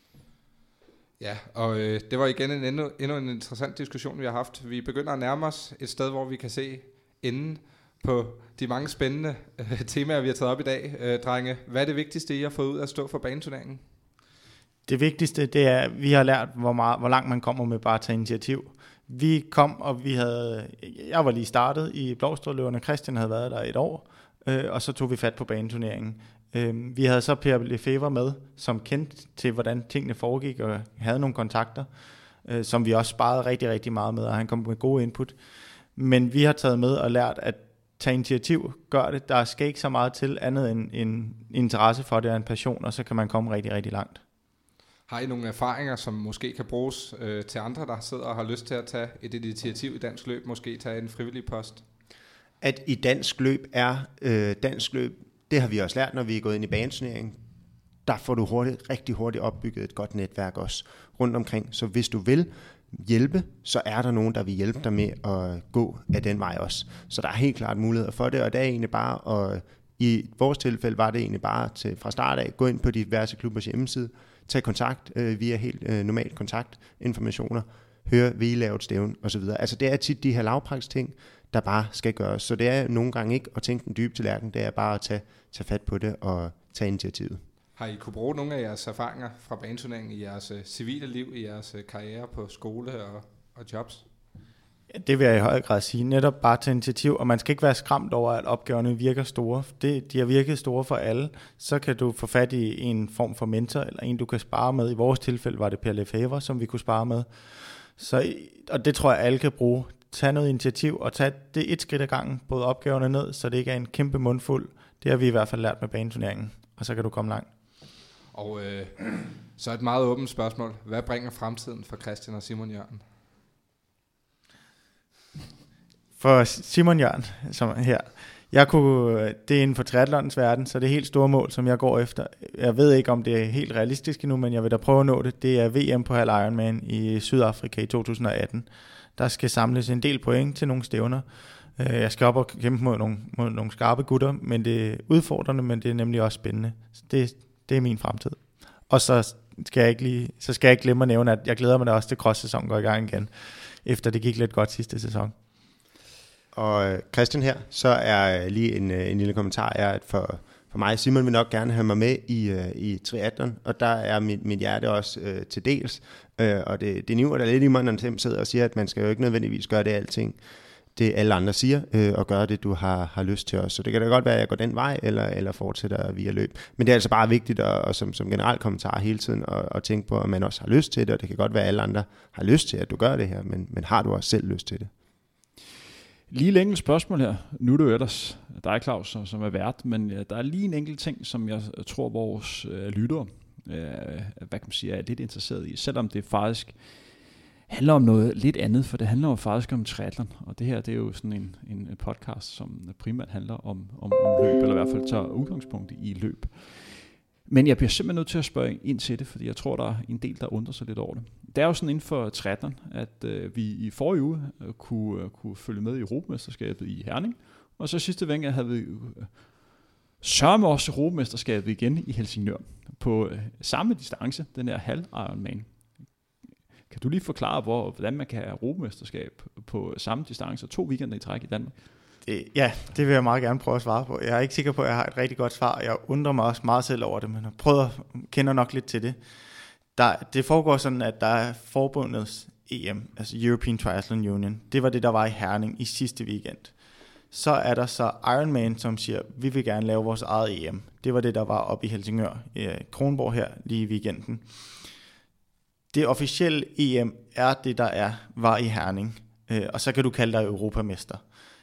Ja, og det var igen endnu en interessant diskussion, vi har haft. Vi begynder at nærme os et sted, hvor vi kan se enden på de mange spændende temaer, vi har taget op i dag. Drenge, hvad er det vigtigste, I har fået ud af at stå for baneturneringen? Det vigtigste, det er, at vi har lært, hvor langt man kommer med bare at tage initiativ. Vi kom, og jeg var lige startet i Blovstrødløverne, Christian havde været der et år, og så tog vi fat på baneturneringen. Vi havde så Per Lefebvre med, som kendte til, hvordan tingene foregik, og havde nogle kontakter, som vi også sparede rigtig, rigtig meget med, og han kom med gode input. Men vi har taget med og lært at tage initiativ, gør det. Der skal ikke så meget til andet end en interesse for det og en passion, og så kan man komme rigtig, rigtig langt. Har I nogle erfaringer, som måske kan bruges til andre, der sidder og har lyst til at tage et initiativ i dansk løb, måske tage en frivillig post? At i dansk løb dansk løb, det har vi også lært, når vi er gået ind i baneturneringen. Der får du rigtig hurtigt opbygget et godt netværk også rundt omkring. Så hvis du vil hjælpe, så er der nogen, der vil hjælpe dig med at gå af den vej også. Så der er helt klart muligheder for det, og det er egentlig bare, og i vores tilfælde var det egentlig bare fra start af, gå ind på diverse klubbers hjemmeside, tage kontakt via helt normal kontaktinformationer, høre, vil I lave et stævne osv. Altså det er tit de her lavpraktiske ting, der bare skal gøres. Så det er nogle gange ikke at tænke den dybe tallerken, det er bare at tage fat på det og tage initiativet. Har I kunne bruge nogle af jeres erfaringer fra baneturneringen i jeres civile liv, i jeres karriere på skole og jobs? Ja, det vil jeg i høj grad sige. Netop bare tage initiativ, og man skal ikke være skræmt over, at opgaverne virker store. De har virket store for alle. Så kan du få fat i en form for mentor, eller en, du kan spare med. I vores tilfælde var det Per Lefebvre, som vi kunne spare med. Og det tror jeg, alle kan bruge. Tag noget initiativ, og tag det et skridt ad gangen, både opgaverne ned, så det ikke er en kæmpe mundfuld. Det har vi i hvert fald lært med baneturneringen, og så kan du komme langt. Og så et meget åbent spørgsmål. Hvad bringer fremtiden for Christian og Simon Jørgen? For Simon Jørgen, som her, det er inden for triathlonens verden, så det er helt store mål, som jeg går efter. Jeg ved ikke, om det er helt realistisk endnu, men jeg vil da prøve at nå det. Det er VM på halv Ironman i Sydafrika i 2018. Der skal samles en del point til nogle stævner. Jeg skal op og kæmpe mod nogle skarpe gutter, men det er udfordrende, men det er nemlig også spændende. Det er min fremtid. Og så skal jeg ikke glemme at nævne, at jeg glæder mig da også til cross-sæsonen går i gang igen, efter det gik lidt godt sidste sæson. Og Christian her, så er lige en lille kommentar, er, at for mig, Simon vil nok gerne have mig med i triathlon, og der er mit hjerte også til dels, og det niver der lidt i mig, når han sidder og siger, at man skal jo ikke nødvendigvis gøre det alting, det alle andre siger, og gøre det, du har lyst til også. Så det kan da godt være, at jeg går den vej, eller fortsætter via løb. Men det er altså bare vigtigt, og som generelt kommentar hele tiden, at tænke på, at man også har lyst til det, og det kan godt være, at alle andre har lyst til, at du gør det her, men har du også selv lyst til det? Lige et enkelt spørgsmål her. Nu er det jo ellers dig, Claus, som er vært, men der er lige en enkelt ting, som jeg tror, vores lyttere hvad kan man sige, er lidt interesseret i, selvom det faktisk handler om noget lidt andet, for det handler jo faktisk om triathlon, og det her, det er jo sådan en podcast, som primært handler om løb, eller i hvert fald tager udgangspunkt i løb. Men jeg bliver simpelthen nødt til at spørge ind til det, fordi jeg tror, der er en del, der undrer sig lidt over det. Det er jo sådan inden for triathlon, at vi i forrige uge kunne følge med i Europamesterskabet i Herning, og så sidste vænge havde vi sørme også Europamesterskabet igen i Helsingør på samme distance, den her halv Ironman. Kan du lige forklare, hvordan man kan have Europamesterskab på samme distance 2 weekender i træk i Danmark? Ja, det vil jeg meget gerne prøve at svare på. Jeg er ikke sikker på, at jeg har et rigtig godt svar. Jeg undrer mig også meget selv over det, men jeg kender nok lidt til det. Det foregår sådan, at der er forbundets EM, altså European Triathlon Union. Det var det, der var i Herning i sidste weekend. Så er der så Ironman, som siger, vi vil gerne lave vores eget EM. Det var det, der var oppe i Helsingør, i Kronborg her, lige i weekenden. Det officielle EM er det, der var i Herning. Og så kan du kalde dig europamester.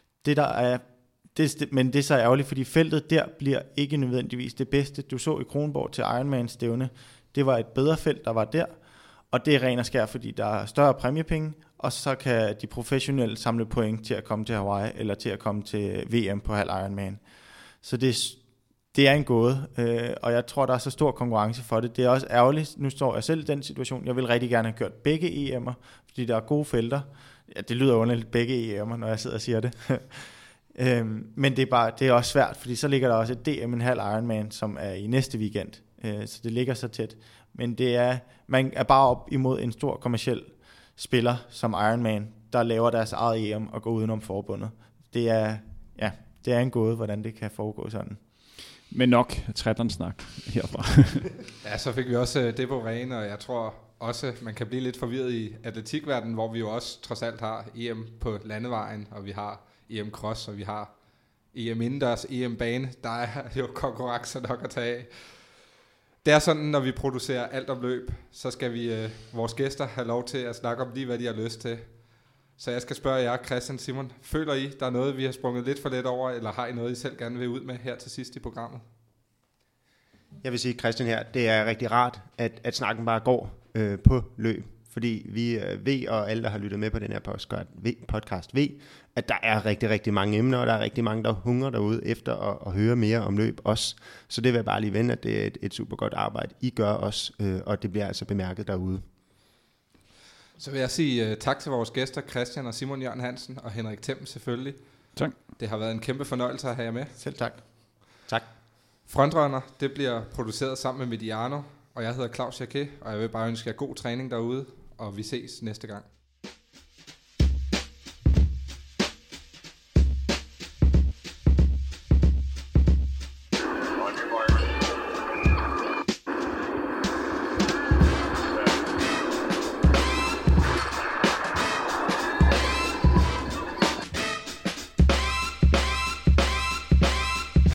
Men det er så ærgerligt, fordi feltet der bliver ikke nødvendigvis det bedste. Du så i Kronborg til Ironman-stævne. Det var et bedre felt, der var der. Og det er ren og skær, fordi der er større præmiepenge, og så kan de professionelle samle point til at komme til Hawaii, eller til at komme til VM på halv Ironman. Så det er en gåde, og jeg tror, der er så stor konkurrence for det. Det er også ærgerligt. Nu står jeg selv i den situation. Jeg vil rigtig gerne have gjort begge EM'er, fordi der er gode felter. Ja, det lyder underligt, begge EM'er, når jeg sidder og siger det. Men det er også svært, fordi så ligger der også et DM en halv Ironman, som er i næste weekend. Så det ligger så tæt. Men man er bare op imod en stor kommerciel spiller som Ironman, der laver deres eget EM og går udenom forbundet. Det er en gåde, hvordan det kan foregå sådan. Men nok triathlon-snak herfra. Ja, så fik vi også det på rene, og jeg tror også, man kan blive lidt forvirret i atletikverdenen, hvor vi jo også trods alt har EM på landevejen, og vi har EM Cross, og vi har EM indendørs, EM bane. Der er jo konkurrencer nok at tage af. Det er sådan, når vi producerer alt om løb, så skal vi vores gæster have lov til at snakke om lige, hvad de har lyst til. Så jeg skal spørge jer, Christian, Simon, føler I, der er noget, vi har sprunget lidt for let over, eller har I noget, I selv gerne vil ud med her til sidst i programmet? Jeg vil sige, Christian her, det er rigtig rart, at snakken bare går på løb. Fordi vi ved, og alle, der har lyttet med på den her podcast, ved, at der er rigtig, rigtig mange emner, og der er rigtig mange, der hungrer derude efter at høre mere om løb også. Så det vil jeg bare lige vende, at det er et super godt arbejde, I gør også, og det bliver altså bemærket derude. Så vil jeg sige tak til vores gæster, Christian og Simon Jørgen Hansen, og Henrik Thiem selvfølgelig. Tak. Det har været en kæmpe fornøjelse at have jer med. Selv tak. Tak. Frontrunner, det bliver produceret sammen med Mediano, og jeg hedder Claus Jacquet, og jeg vil bare ønske jer god træning derude, og vi ses næste gang.